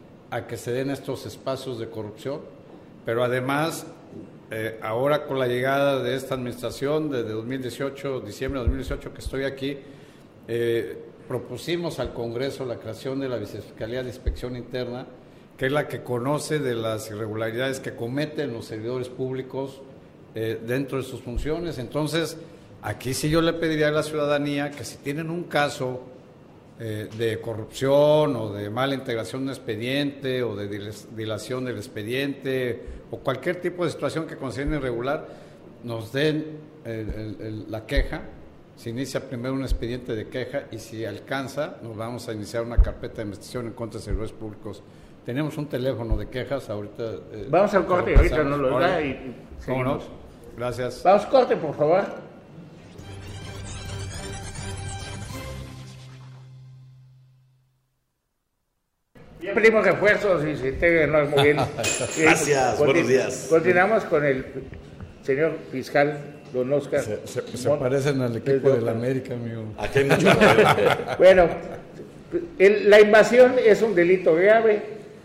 a que se den estos espacios de corrupción. Pero además, eh, ahora con la llegada de esta administración, desde dos mil dieciocho, diciembre de dos mil dieciocho que estoy aquí, eh, propusimos al Congreso la creación de la Vicefiscalía de Inspección Interna, que es la que conoce de las irregularidades que cometen los servidores públicos eh, dentro de sus funciones. Entonces, aquí sí yo le pediría a la ciudadanía que si tienen un caso eh, de corrupción o de mala integración de un expediente o de dilación del expediente o cualquier tipo de situación que consideren irregular, nos den el, el, el, la queja. Se inicia primero un expediente de queja y si alcanza, nos vamos a iniciar una carpeta de investigación en contra de servidores públicos Tenemos un teléfono de quejas ahorita. Eh, Vamos al corte, ahorita nos lo da y, y ¿Cómo no? seguimos. Gracias. Vamos corte, por favor. Ya pedimos refuerzos y se integran muy bien. Gracias, Continu- buenos días. Continuamos con el señor fiscal, don Oscar. Se, se, se parecen al equipo de la América, amigo. Aquí hay mucho. Bueno, el, la invasión es un delito grave.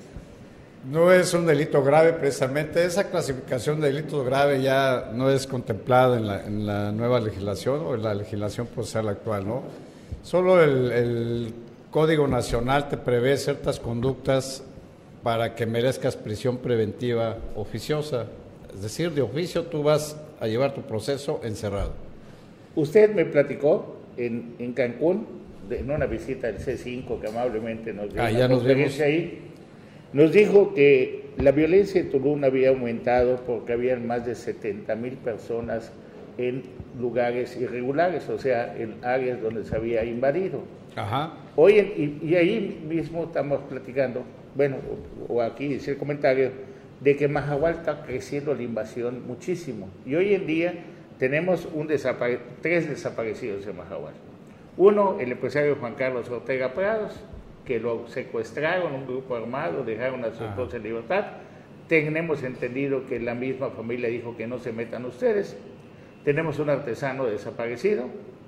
No es un delito grave precisamente. Esa clasificación de delito grave ya no es contemplada en la, en la nueva legislación o en la legislación procesal actual, ¿no? Solo el, el Código Nacional te prevé ciertas conductas para que merezcas prisión preventiva oficiosa. Es decir, de oficio tú vas a llevar tu proceso encerrado. Usted me platicó en, en Cancún, de, en una visita del C cinco que amablemente nos dio ah, una ya nos conferencia ahí, nos dijo que la violencia en Tulum había aumentado porque habían más de setenta mil personas en lugares irregulares, o sea, en áreas donde se había invadido. Ajá. Hoy, en, y, y ahí mismo estamos platicando, bueno, o, o aquí dice el comentario, de que Mahahual está creciendo la invasión muchísimo. Y hoy en día tenemos un desapare tres desaparecidos en Mahahual. Uno, el empresario Juan Carlos Ortega Prados, que lo secuestraron un grupo armado, dejaron a su esposa en libertad. Tenemos entendido que la misma familia dijo que no se metan ustedes. Tenemos un artesano desaparecido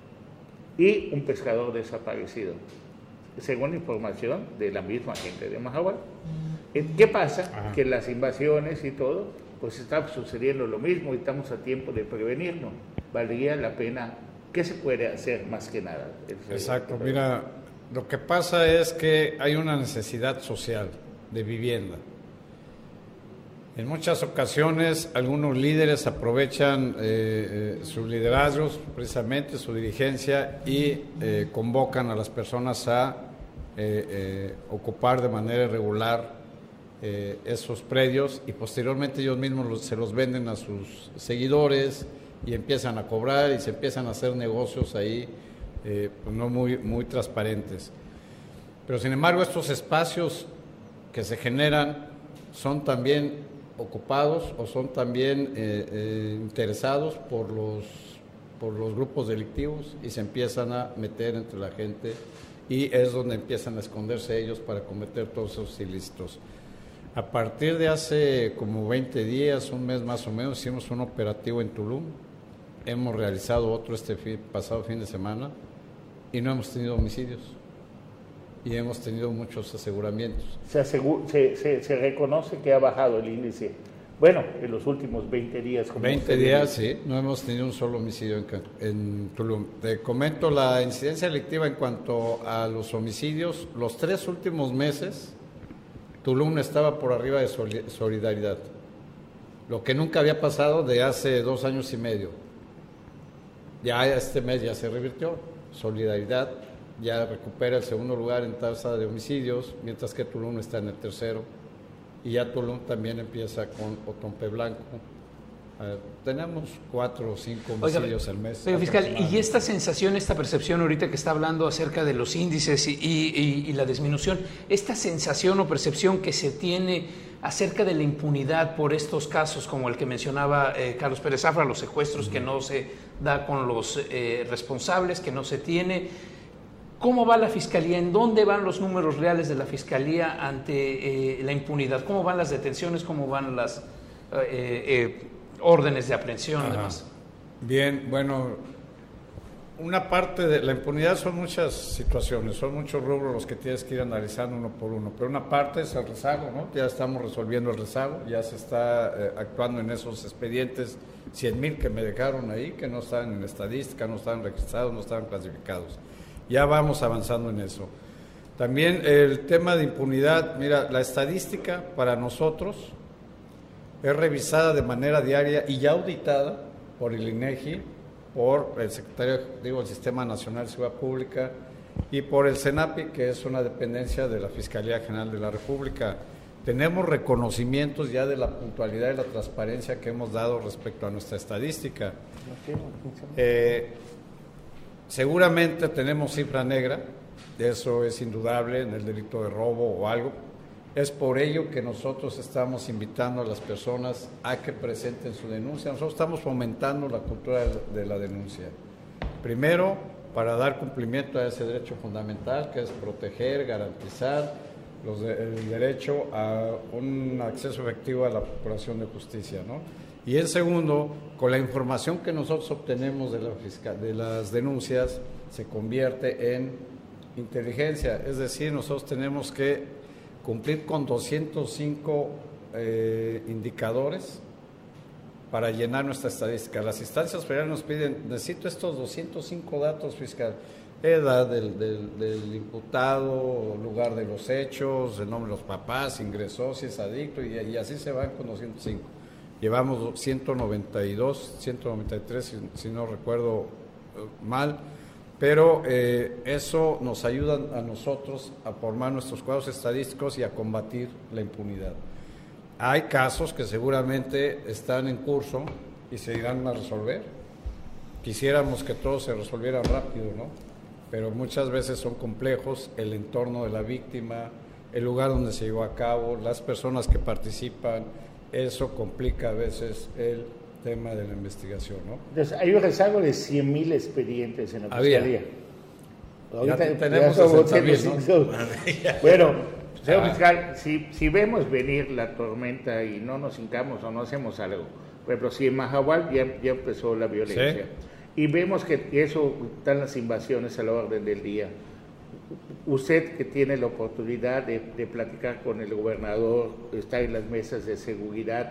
y un pescador desaparecido, según información de la misma gente de Mahahual. ¿Qué pasa? Ajá. Que las invasiones y todo, pues está sucediendo lo mismo y estamos a tiempo de prevenirnos. Valdría la pena, ¿qué se puede hacer más que nada? Exacto, mira, lo que pasa es que hay una necesidad social de vivienda. En muchas ocasiones algunos líderes aprovechan eh, eh, sus liderazgos, precisamente su dirigencia, y eh, convocan a las personas a eh, eh, ocupar de manera irregular eh, esos predios y posteriormente ellos mismos los, se los venden a sus seguidores y empiezan a cobrar y se empiezan a hacer negocios ahí eh, pues no muy, muy transparentes. Pero sin embargo estos espacios que se generan son también ocupados o son también eh, eh, interesados por los, por los grupos delictivos y se empiezan a meter entre la gente y es donde empiezan a esconderse ellos para cometer todos esos ilícitos. A partir de hace como veinte días, un mes más o menos, hicimos un operativo en Tulum, hemos realizado otro este fin, pasado fin de semana y no hemos tenido homicidios y hemos tenido muchos aseguramientos. Se, asegu se, se, se reconoce que ha bajado el índice, bueno, en los últimos veinte días. Como veinte días, sí, no hemos tenido un solo homicidio en, en Tulum. Te comento la incidencia delictiva en cuanto a los homicidios, los tres últimos meses, Tulum estaba por arriba de Solidaridad, lo que nunca había pasado de hace dos años y medio. Ya este mes ya se revirtió, Solidaridad ya recupera el segundo lugar en tasa de homicidios, mientras que Tulum está en el tercero, y ya Tulum también empieza con Otompe Blanco. Uh, tenemos cuatro o cinco homicidios al mes. Oiga, fiscal, y esta sensación, esta percepción ahorita que está hablando acerca de los índices y, y, y la disminución, esta sensación o percepción que se tiene acerca de la impunidad por estos casos como el que mencionaba eh, Carlos Pérez Zafra, los secuestros uh-huh. que no se da con los eh, responsables, que no se tiene. ¿Cómo va la Fiscalía? ¿En dónde van los números reales de la Fiscalía ante eh, la impunidad? ¿Cómo van las detenciones? ¿Cómo van las eh, eh, órdenes de aprehensión y demás? Bien, bueno, una parte de la impunidad son muchas situaciones, son muchos rubros los que tienes que ir analizando uno por uno, pero una parte es el rezago, ¿no? Ya estamos resolviendo el rezago, ya se está eh, actuando en esos expedientes, cien mil que me dejaron ahí, que no están en estadística, no están registrados, no están clasificados. Ya vamos avanzando en eso. También el tema de impunidad, mira, la estadística para nosotros es revisada de manera diaria y ya auditada por el INEGI, por el secretario digo, del Sistema Nacional de Seguridad Pública y por el CENAPI, que es una dependencia de la Fiscalía General de la República. Tenemos reconocimientos ya de la puntualidad y la transparencia que hemos dado respecto a nuestra estadística. Eh, Seguramente tenemos cifra negra, eso es indudable en el delito de robo o algo. Es por ello que nosotros estamos invitando a las personas a que presenten su denuncia. Nosotros estamos fomentando la cultura de la denuncia. Primero, para dar cumplimiento a ese derecho fundamental, que es proteger, garantizar los de, el derecho a un acceso efectivo a la procuración de justicia, ¿no? Y en segundo, con la información que nosotros obtenemos de, la fiscal, de las denuncias, se convierte en inteligencia. Es decir, nosotros tenemos que cumplir con doscientos cinco eh, indicadores para llenar nuestra estadística. Las instancias federales nos piden, necesito estos doscientos cinco datos fiscales: edad del, del, del imputado, lugar de los hechos, el nombre de los papás, ingresó, si es adicto, y, y así se van con doscientos cinco. Llevamos ciento noventa y dos, ciento noventa y tres, si, si no recuerdo mal, pero eh, eso nos ayuda a nosotros a formar nuestros cuadros estadísticos y a combatir la impunidad. Hay casos que seguramente están en curso y se irán a resolver. Quisiéramos que todo se resolviera rápido, ¿no? Pero muchas veces son complejos, el entorno de la víctima, el lugar donde se llevó a cabo, las personas que participan, eso complica a veces el tema de la investigación, ¿no? Entonces, hay un rezago de cien mil expedientes en la Había. Fiscalía. Ahorita ya tenemos sesenta mil, ¿no? Bueno, señor Ah. fiscal, si, si vemos venir la tormenta y no nos hincamos o no hacemos algo, por ejemplo, si en Mahahual ya, ya empezó la violencia, Sí. y vemos que eso están las invasiones a la orden del día, usted que tiene la oportunidad de, de platicar con el gobernador, estar en las mesas de seguridad,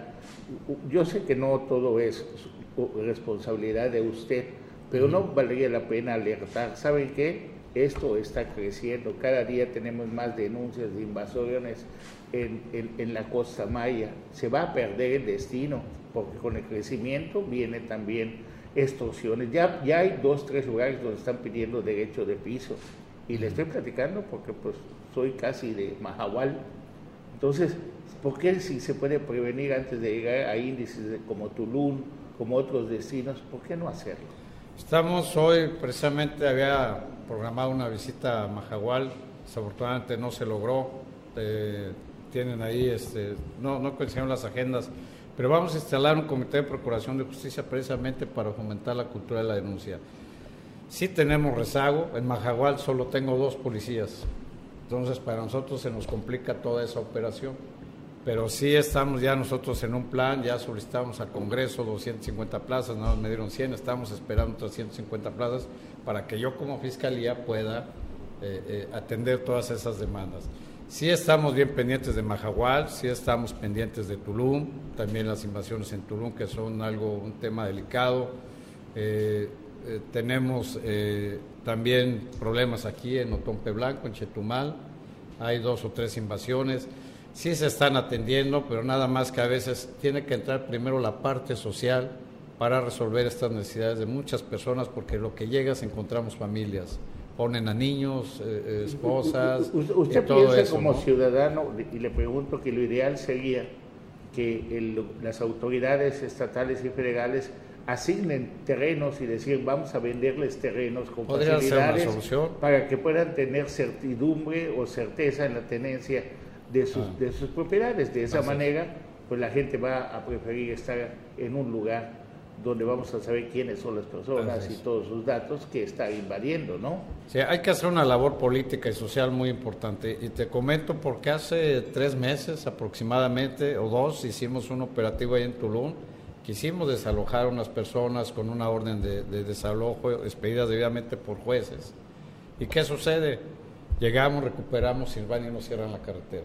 yo sé que no todo es responsabilidad de usted, pero no valdría la pena alertar. ¿Saben qué? Esto está creciendo, cada día tenemos más denuncias de invasiones en, en, en la costa maya. Se va a perder el destino, porque con el crecimiento viene también extorsiones. Ya, ya hay dos, tres lugares donde están pidiendo derecho de piso, y le estoy platicando porque pues soy casi de Mahahual. Entonces, ¿por qué si se puede prevenir antes de llegar a índices de, como Tulum, como otros destinos, por qué no hacerlo? Estamos hoy, precisamente había programado una visita a Mahahual, desafortunadamente no se logró, eh, tienen ahí, este, no, no coincidieron las agendas, pero vamos a instalar un comité de procuración de justicia precisamente para fomentar la cultura de la denuncia. Sí tenemos rezago, en Mahahual solo tengo dos policías, entonces para nosotros se nos complica toda esa operación, pero sí estamos ya nosotros en un plan, ya solicitamos al Congreso doscientas cincuenta plazas, nada más me dieron cien, estamos esperando otras ciento cincuenta plazas para que yo como Fiscalía pueda eh, eh, atender todas esas demandas. Sí estamos bien pendientes de Mahahual, sí estamos pendientes de Tulum, también las invasiones en Tulum, que son algo, un tema delicado. Eh, eh, tenemos eh, también problemas aquí en Otompe Blanco, en Chetumal, hay dos o tres invasiones. Sí se están atendiendo, pero nada más que a veces tiene que entrar primero la parte social para resolver estas necesidades de muchas personas, porque lo que llega es encontramos familias, ponen a niños, eh, esposas, U- u- usted y todo piensa eso, como ¿no? ciudadano, y le pregunto que lo ideal sería que el, las autoridades estatales y federales asignen terrenos y decir vamos a venderles terrenos con Podría ser una facilidades solución. para que puedan tener certidumbre o certeza en la tenencia de sus, Ah. de sus propiedades. De esa Así es. manera, pues la gente va a preferir estar en un lugar donde vamos a saber quiénes son las personas Así y es. todos sus datos que está invadiendo, ¿no? Sí, hay que hacer una labor política y social muy importante, y te comento porque hace tres meses aproximadamente, o dos, hicimos un operativo ahí en Tulum. Quisimos desalojar a unas personas con una orden de, de desalojo expedidas debidamente por jueces. ¿Y qué sucede? Llegamos, recuperamos, y van y nos cierran la carretera.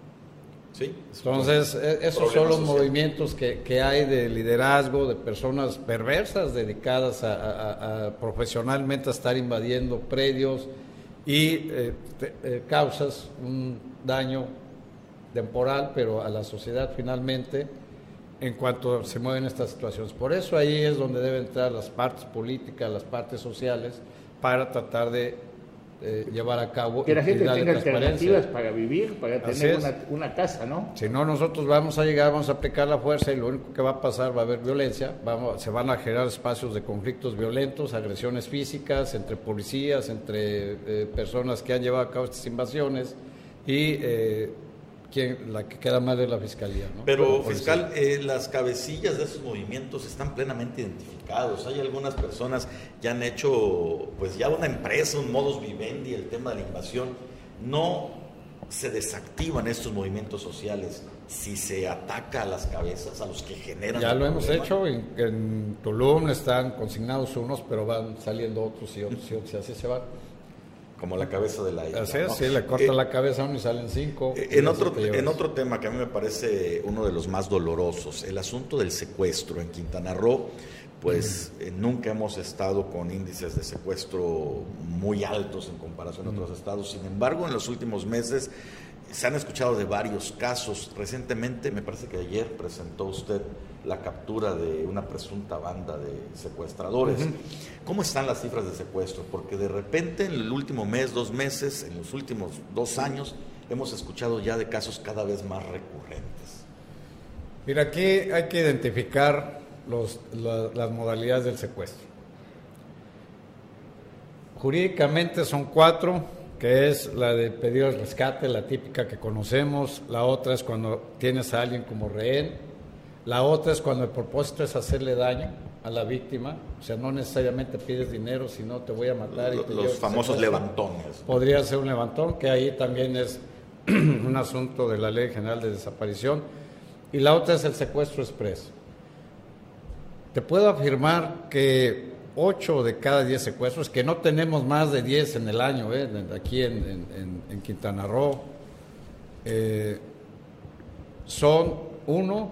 Sí. Entonces, e- esos son Problema los social. movimientos que, que hay de liderazgo, de personas perversas dedicadas a, a- a profesionalmente a estar invadiendo predios y eh, te- eh, causas un daño temporal, pero a la sociedad finalmente, en cuanto se mueven estas situaciones. Por eso ahí es donde deben entrar las partes políticas, las partes sociales, para tratar de eh, llevar a cabo Que la gente y darle tenga transparencia. alternativas para vivir, para Así tener es. una, una casa, ¿no? Si no, nosotros vamos a llegar, vamos a aplicar la fuerza, y lo único que va a pasar, va a haber violencia, vamos, se van a generar espacios de conflictos violentos, agresiones físicas entre policías, entre eh, personas que han llevado a cabo estas invasiones, y eh, quien, la que queda mal es la fiscalía, ¿no? Pero, fiscal, eh, las cabecillas de esos movimientos están plenamente identificados. Hay algunas personas que han hecho, pues ya una empresa, un modus vivendi, el tema de la invasión. No se desactivan estos movimientos sociales si se ataca a las cabezas, a los que generan. Ya lo el hemos problema. hecho, en, en Tulum están consignados unos, pero van saliendo otros y otros y otros, y así se van. Como la cabeza de la isla, Así es, ¿no? sí, le cortan Eh, la cabeza a uno y salen cinco. Eh, y En así otro, te llevas. en otro tema que a mí me parece uno de los más dolorosos, el asunto del secuestro en Quintana Roo, pues eh, nunca hemos estado con índices de secuestro muy altos en comparación a otros estados. Sin embargo, en los últimos meses se han escuchado de varios casos. Recientemente, me parece que ayer presentó usted la captura de una presunta banda de secuestradores. Uh-huh. ¿Cómo están las cifras de secuestro? Porque de repente en el último mes, dos meses, en los últimos dos años, hemos escuchado ya de casos cada vez más recurrentes. Mira, aquí hay que identificar los, la, las modalidades del secuestro. Jurídicamente son cuatro, que es la de pedir el rescate, la típica que conocemos. La otra es cuando tienes a alguien como rehén. La otra es cuando el propósito es hacerle daño a la víctima, o sea, no necesariamente pides dinero, sino te voy a matar. Los, y te los famosos levantones. Podría ser un levantón, que ahí también es un asunto de la Ley General de Desaparición. Y la otra es el secuestro expreso. Te puedo afirmar que ocho de cada diez secuestros, que no tenemos más de diez en el año, ¿eh? aquí en, en, en Quintana Roo, eh, son uno...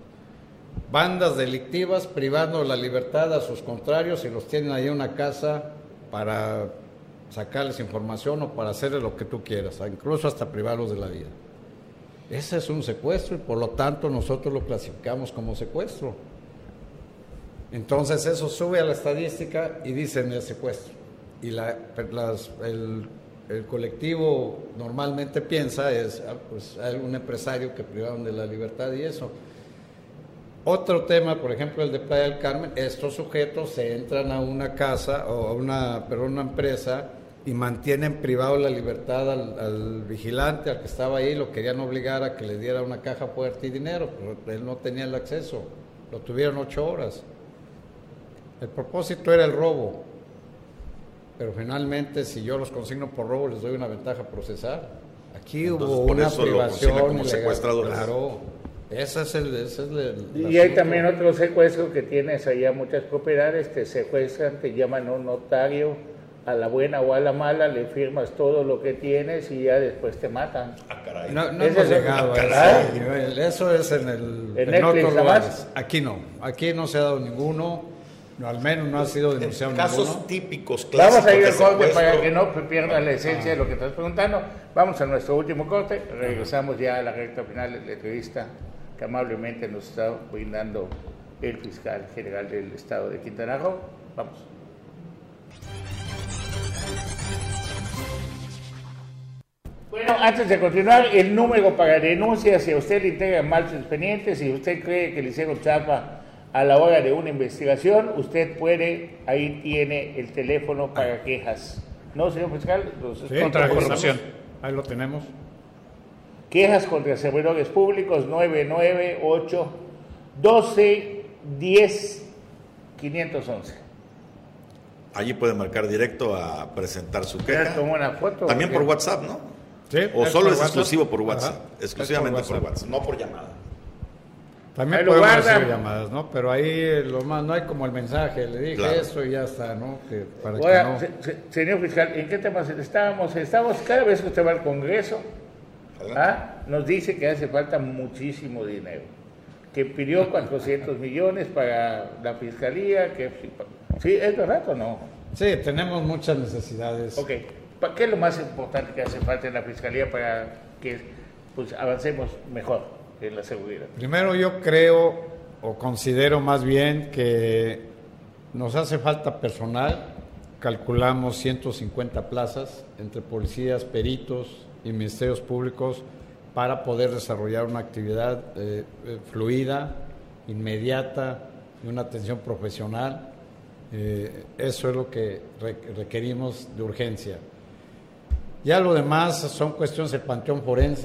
bandas delictivas privando la libertad a sus contrarios y los tienen ahí en una casa para sacarles información o para hacerles lo que tú quieras, incluso hasta privarlos de la vida. Ese es un secuestro y por lo tanto nosotros lo clasificamos como secuestro. Entonces eso sube a la estadística y dicen el secuestro. Y la, las, el, el colectivo normalmente piensa es ah, pues hay un empresario que privaron de la libertad y eso. Otro tema, por ejemplo, el de Playa del Carmen, estos sujetos se entran a una casa o a una, perdón, una empresa y mantienen privado la libertad al, al vigilante, al que estaba ahí, lo querían obligar a que le diera una caja fuerte y dinero, pero él no tenía el acceso, lo tuvieron ocho horas. El propósito era el robo, pero finalmente si yo los consigno por robo les doy una ventaja procesal. Aquí Entonces, hubo por una eso lo privación consigna como ilegal. secuestradores. Claro. Ese es el, ese es el, el y hay también otro secuestro que tienes allá muchas propiedades, te secuestran, te llaman a un notario, a la buena o a la mala, le firmas todo lo que tienes y ya después te matan. Ah, caray. No, no Ese hemos es llegado el, a ese nivel. Eso es en, el, en, en otros lugares. Más. Aquí no, aquí no se ha dado ninguno, no, al menos no ha sido denunciado casos ninguno. típicos, clásicos. Vamos a ir al de corte secuestro. para que no pierdas la esencia de lo que estás preguntando. Vamos a nuestro último corte, regresamos ya a la recta final de la entrevista que amablemente nos está brindando el fiscal general del estado de Quintana Roo. Vamos. Bueno, antes de continuar, el número para denuncias, si a usted le integran mal su expediente, si usted cree que le hicieron chapa a la hora de una investigación, usted puede, ahí tiene el teléfono para quejas. ¿No, señor fiscal? Entonces, Sí, contra la corrupción. Ahí lo tenemos. Quejas contra servidores públicos nueve nueve ocho doce diez quinientos once. Allí puede marcar directo a presentar su queja. Como una foto. También por WhatsApp, ¿no? Sí, O es solo por es WhatsApp. exclusivo por WhatsApp. Ajá, Exclusivamente es por por WhatsApp. WhatsApp, no por llamada. También Ahí lo podemos guardan. hacer llamadas, ¿no? Pero ahí lo más, no hay como el mensaje, le dije Claro. eso y ya está, ¿no? Que para Ahora, que no... se- se- señor fiscal, ¿en qué temas estábamos? Estamos, cada vez que usted va al Congreso, ¿ah? nos dice que hace falta muchísimo dinero, que pidió cuatrocientos millones para la fiscalía, que sí, ¿es verdad o no? Sí, tenemos muchas necesidades. Ok, ¿Pa- ¿qué es lo más importante que hace falta en la fiscalía para que pues, avancemos mejor en la seguridad? Primero yo creo o considero más bien que nos hace falta personal, calculamos ciento cincuenta plazas entre policías, peritos y ministerios públicos para poder desarrollar una actividad eh, eh, fluida, inmediata y una atención profesional. Eh, eso es lo que re- requerimos de urgencia. Ya lo demás son cuestiones del panteón forense,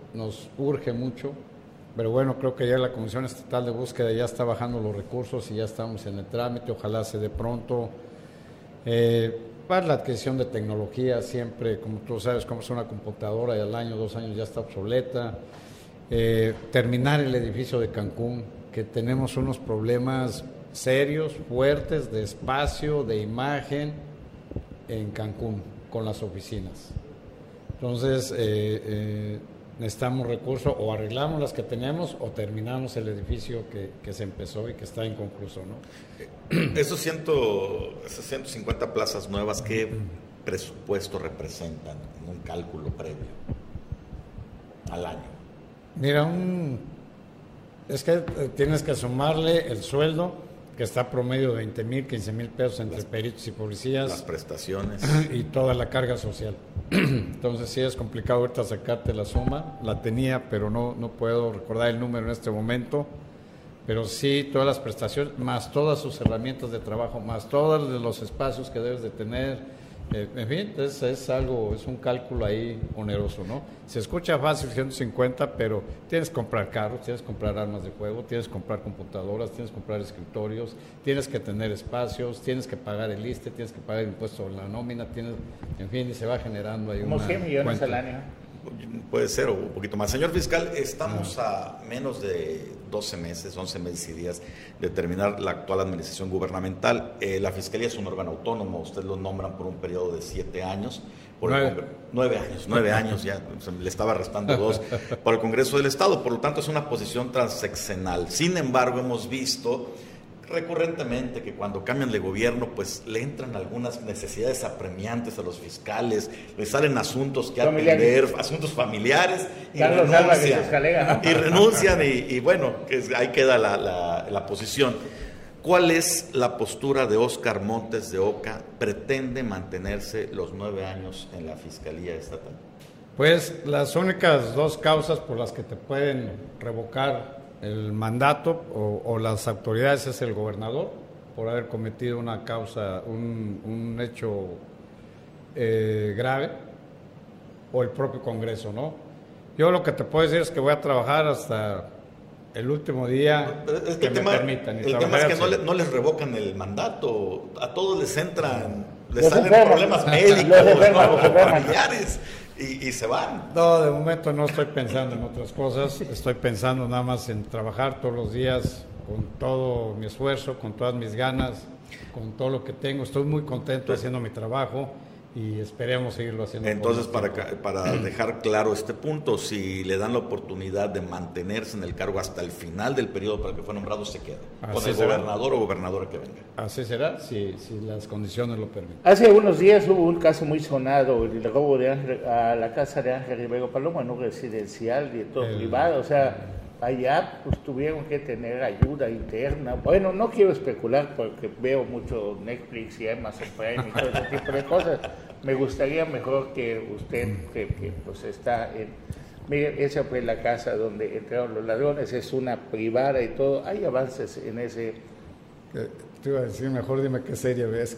nos urge mucho, pero bueno, creo que ya la Comisión Estatal de Búsqueda ya está bajando los recursos y ya estamos en el trámite, ojalá se dé pronto. Eh, para la adquisición de tecnología, siempre, como tú sabes, como es una computadora y al año, dos años ya está obsoleta. Eh, terminar el edificio de Cancún, que tenemos unos problemas serios, fuertes, de espacio, de imagen en Cancún, con las oficinas. Entonces, eh, eh, necesitamos recursos, o arreglamos las que tenemos o terminamos el edificio que, que se empezó y que está inconcluso, ¿no? Esos, ciento, esas ciento cincuenta plazas nuevas, ¿qué presupuesto representan en un cálculo previo al año? Mira, un, es que tienes que sumarle el sueldo, que está promedio de veinte mil, quince mil pesos entre las, peritos y policías. Las prestaciones. Y toda la carga social. Entonces sí es complicado ahorita sacarte la suma. La tenía, pero no, no puedo recordar el número en este momento. Pero sí, todas las prestaciones, más todas sus herramientas de trabajo, más todos los espacios que debes de tener. Eh, en fin, es, es algo, es un cálculo ahí oneroso, ¿no? Se escucha fácil ciento cincuenta, pero tienes que comprar carros, tienes que comprar armas de fuego, tienes que comprar computadoras, tienes que comprar escritorios, tienes que tener espacios, tienes que pagar el I S S S T E, tienes que pagar el impuesto sobre la nómina, tienes, en fin, y se va generando ahí como una cien millones cuenta. al año. Puede ser, o un poquito más. Señor fiscal, estamos a menos de doce meses, once meses y días de terminar la actual administración gubernamental. Eh, la Fiscalía es un órgano autónomo, usted lo nombran por un periodo de siete años. Por nueve. El, nueve años, nueve años, ya se le estaba restando dos por el Congreso del Estado, por lo tanto es una posición transeccional. Sin embargo, hemos visto recurrentemente que cuando cambian de gobierno, pues le entran algunas necesidades apremiantes a los fiscales, le salen asuntos que atender, asuntos familiares, y Carlos renuncian, Escalera, ¿no? y, renuncian y, y bueno, que ahí queda la, la, la posición. ¿Cuál es la postura de Óscar Montes de Oca? ¿Pretende mantenerse los nueve años en la Fiscalía Estatal? Pues las únicas dos causas por las que te pueden revocar el mandato o, o las autoridades es el gobernador por haber cometido una causa, un, un hecho eh, grave, o el propio Congreso, ¿no? Yo lo que te puedo decir es que voy a trabajar hasta el último día es que, que el me tema, permitan. El tema es que no, le, no les revocan el mandato, a todos les entran, les los salen enfermos, problemas médicos, los enfermos, ¿no? los enfermos. familiares. Y, y se van. No, de momento no estoy pensando en otras cosas, estoy pensando nada más en trabajar todos los días con todo mi esfuerzo, con todas mis ganas, con todo lo que tengo. Estoy muy contento haciendo mi trabajo y esperemos seguirlo haciendo. Entonces, para, para dejar claro este punto, si le dan la oportunidad de mantenerse en el cargo hasta el final del periodo para que fue nombrado, se queda. Así con el será. Gobernador o gobernadora que venga. Así será, si, si las condiciones lo permiten. Hace unos días hubo un caso muy sonado, el robo de Ángel, a la casa de Ángel Rivero Paloma, no residencial, de todo El, privado, o sea, allá pues tuvieron que tener ayuda interna. Bueno, no quiero especular porque veo mucho Netflix y Amazon Prime y todo ese tipo de cosas. Me gustaría mejor que usted, que, que pues está en... Mire, esa fue la casa donde entraron los ladrones, es una privada y todo. Hay avances en ese... Te iba a decir, mejor dime qué serie ves.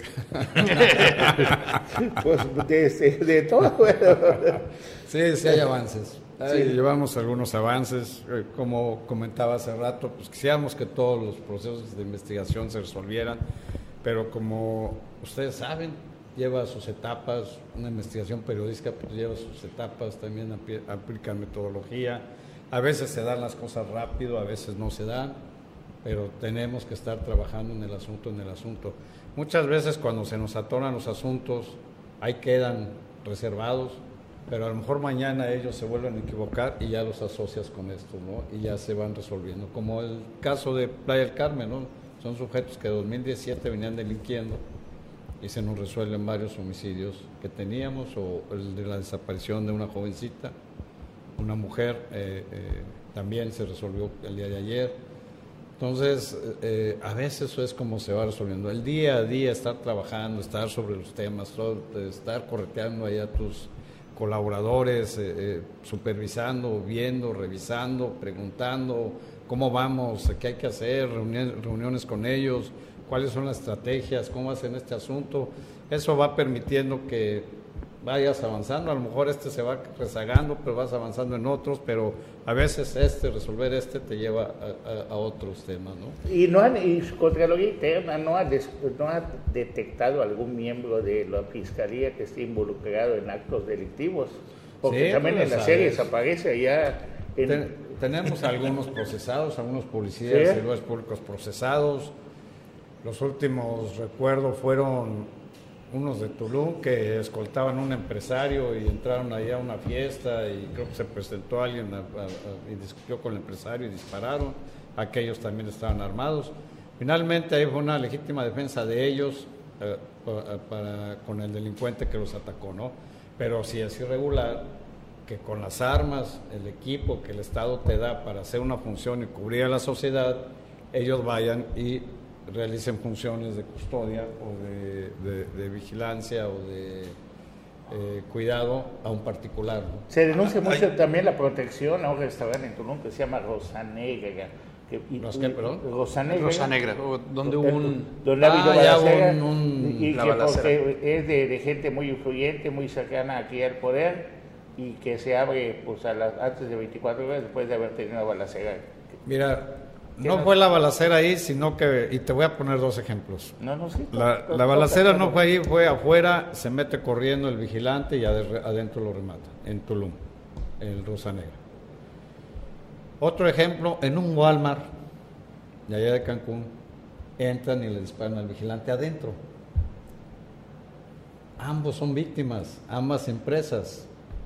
Pues de, de, de todo. Sí, sí hay avances. Ahí Sí. llevamos algunos avances. Eh, Como comentaba hace rato, pues quisiéramos que todos los procesos de investigación se resolvieran, pero como ustedes saben, lleva sus etapas. Una investigación periodística pues lleva sus etapas, también apli- aplican metodología. A veces se dan las cosas rápido, a veces no se dan, pero tenemos que estar trabajando en el asunto, en el asunto. Muchas veces cuando se nos atoran los asuntos, ahí quedan reservados, pero a lo mejor mañana ellos se vuelven a equivocar y ya los asocias con esto, ¿no? Y ya se van resolviendo, como el caso de Playa del Carmen, ¿no? Son sujetos que en dos mil diecisiete venían delinquiendo y se nos resuelven varios homicidios que teníamos, o el de la desaparición de una jovencita, una mujer, eh, eh, también se resolvió el día de ayer. Entonces, eh, a veces eso es como se va resolviendo. El día a día, estar trabajando, estar sobre los temas, todo, estar correteando ahí a tus colaboradores, eh, eh, supervisando, viendo, revisando, preguntando cómo vamos, qué hay que hacer, reuniones, reuniones con ellos, cuáles son las estrategias, cómo hacen este asunto. Eso va permitiendo que vayas avanzando, a lo mejor este se va rezagando, pero vas avanzando en otros, pero a veces este, resolver este te lleva a, a, a otros temas, ¿no? Y no han, y su Contraloría Interna no ha, des, no ha detectado algún miembro de la Fiscalía que esté involucrado en actos delictivos, porque sí, también pues en las series aparece allá. En... Ten, tenemos algunos procesados, algunos policías, ¿sí? servidores públicos procesados. Los últimos recuerdos fueron unos de Tulum que escoltaban a un empresario y entraron allá a una fiesta y creo que se presentó alguien a, a, a, y discutió con el empresario y dispararon. Aquellos también estaban armados. Finalmente ahí fue una legítima defensa de ellos eh, para, para, con el delincuente que los atacó, ¿no? Pero sí es irregular que con las armas, el equipo que el Estado te da para hacer una función y cubrir a la sociedad, ellos vayan y realicen funciones de custodia o de, de, de vigilancia o de eh, cuidado a un particular, ¿no? Se denuncia mucho Ay. también la protección a un restaurante en Tulum que se llama Rosa Negra. Que, y, ¿Los qué, perdón? Rosa Negra. Rosa Negra, donde hubo un... Donde ha habido ah, balacera, un, un, y que porque es de, de gente muy influyente, muy cercana aquí al poder, y que se abre pues a las, antes de veinticuatro horas después de haber tenido balacera. Mira... No fue la balacera ahí, sino que, y te voy a poner dos ejemplos. No, no, sí, la, la balacera no fue ahí, fue afuera, se mete corriendo el vigilante y adentro lo remata, en Tulum, en Rosa Negra. Otro ejemplo, en un Walmart, de allá de Cancún, entran y le disparan al vigilante adentro. Ambos son víctimas, ambas empresas.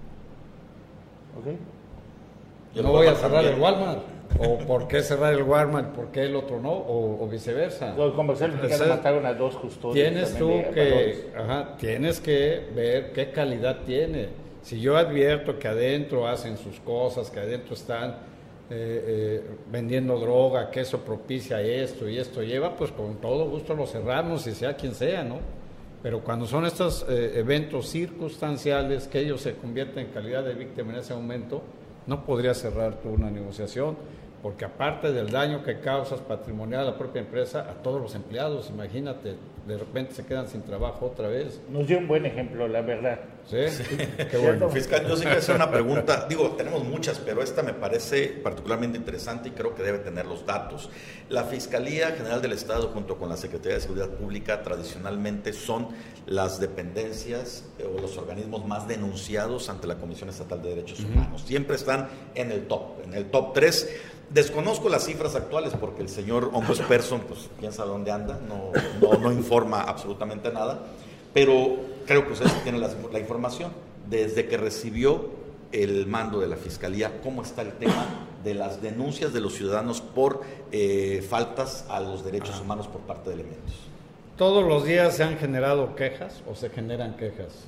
Okay. No voy a cerrar el Walmart. ¿O por qué cerrar el Walmart? ¿Por qué el otro no? O, o viceversa. Los comerciales mexicanos mataron a dos custodios. Tienes tú que, ajá, tienes que ver qué calidad tiene. Si yo advierto que adentro hacen sus cosas, que adentro están eh, eh, vendiendo droga, que eso propicia esto y esto lleva, pues con todo gusto lo cerramos, y sea quien sea, ¿no? Pero cuando son estos eh, eventos circunstanciales que ellos se convierten en calidad de víctima en ese momento, no podría cerrar tú una negociación, porque aparte del daño que causas patrimonial a la propia empresa, a todos los empleados, imagínate, de repente se quedan sin trabajo otra vez. Nos dio un buen ejemplo, la verdad. Sí, sí. Qué bueno. Fiscal, yo sí quiero hacer una pregunta, digo, tenemos muchas, pero esta me parece particularmente interesante y creo que debe tener los datos. La Fiscalía General del Estado junto con la Secretaría de Seguridad Pública tradicionalmente son las dependencias o los organismos más denunciados ante la Comisión Estatal de Derechos uh-huh. Humanos. Siempre están en el top, en el top tres. Desconozco las cifras actuales porque el señor ombudsperson, pues quién sabe dónde anda, no, no, no informa absolutamente nada, pero creo que ustedes tienen la, la información. Desde que recibió el mando de la Fiscalía, ¿cómo está el tema de las denuncias de los ciudadanos por eh, faltas a los derechos humanos por parte de elementos? Todos los días se han generado quejas o se generan quejas.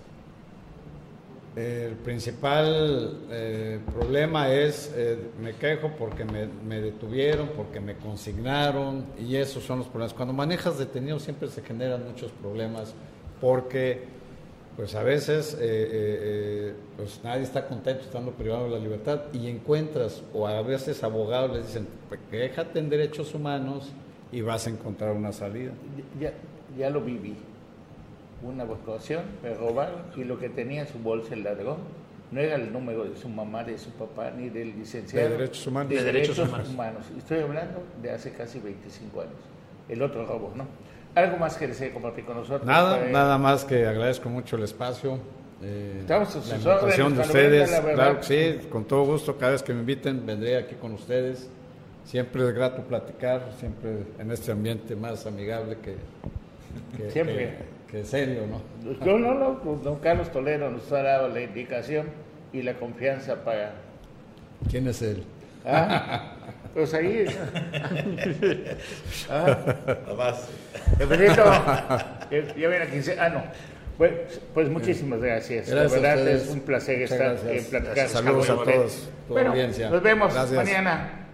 El principal eh, problema es, eh, me quejo porque me, me detuvieron, porque me consignaron, y esos son los problemas. Cuando manejas detenidos siempre se generan muchos problemas, porque pues a veces eh, eh, eh, pues nadie está contento estando privado de la libertad, y encuentras, o a veces abogados les dicen, quéjate en derechos humanos y vas a encontrar una salida. Ya, ya lo viví. Una evacuación, me robaron y lo que tenía en su bolsa el ladrón no era el número de su mamá, de su papá, ni del licenciado. De derechos humanos. De, de derechos, derechos humanos. humanos. Estoy hablando de hace casi veinticinco años. El otro robo, ¿no? ¿Algo más que desee compartir con nosotros? Nada, para... nada más que agradezco mucho el espacio. Eh, Estamos a la invitación de ustedes. Claro que sí, con todo gusto. Cada vez que me inviten, vendré aquí con ustedes. Siempre es grato platicar, siempre en este ambiente más amigable que... que siempre. Que, que serio, ¿no? No, no, no, don Carlos Toledo nos ha dado la indicación y la confianza para... ¿Quién es él? Ah, pues ahí es. Ah, nada más. Ya viene a quince. Ah, no. Pues, pues muchísimas gracias. Gracias. La verdad es un placer estar en platicar. Saludos a todos. Bueno, nos vemos gracias. Mañana.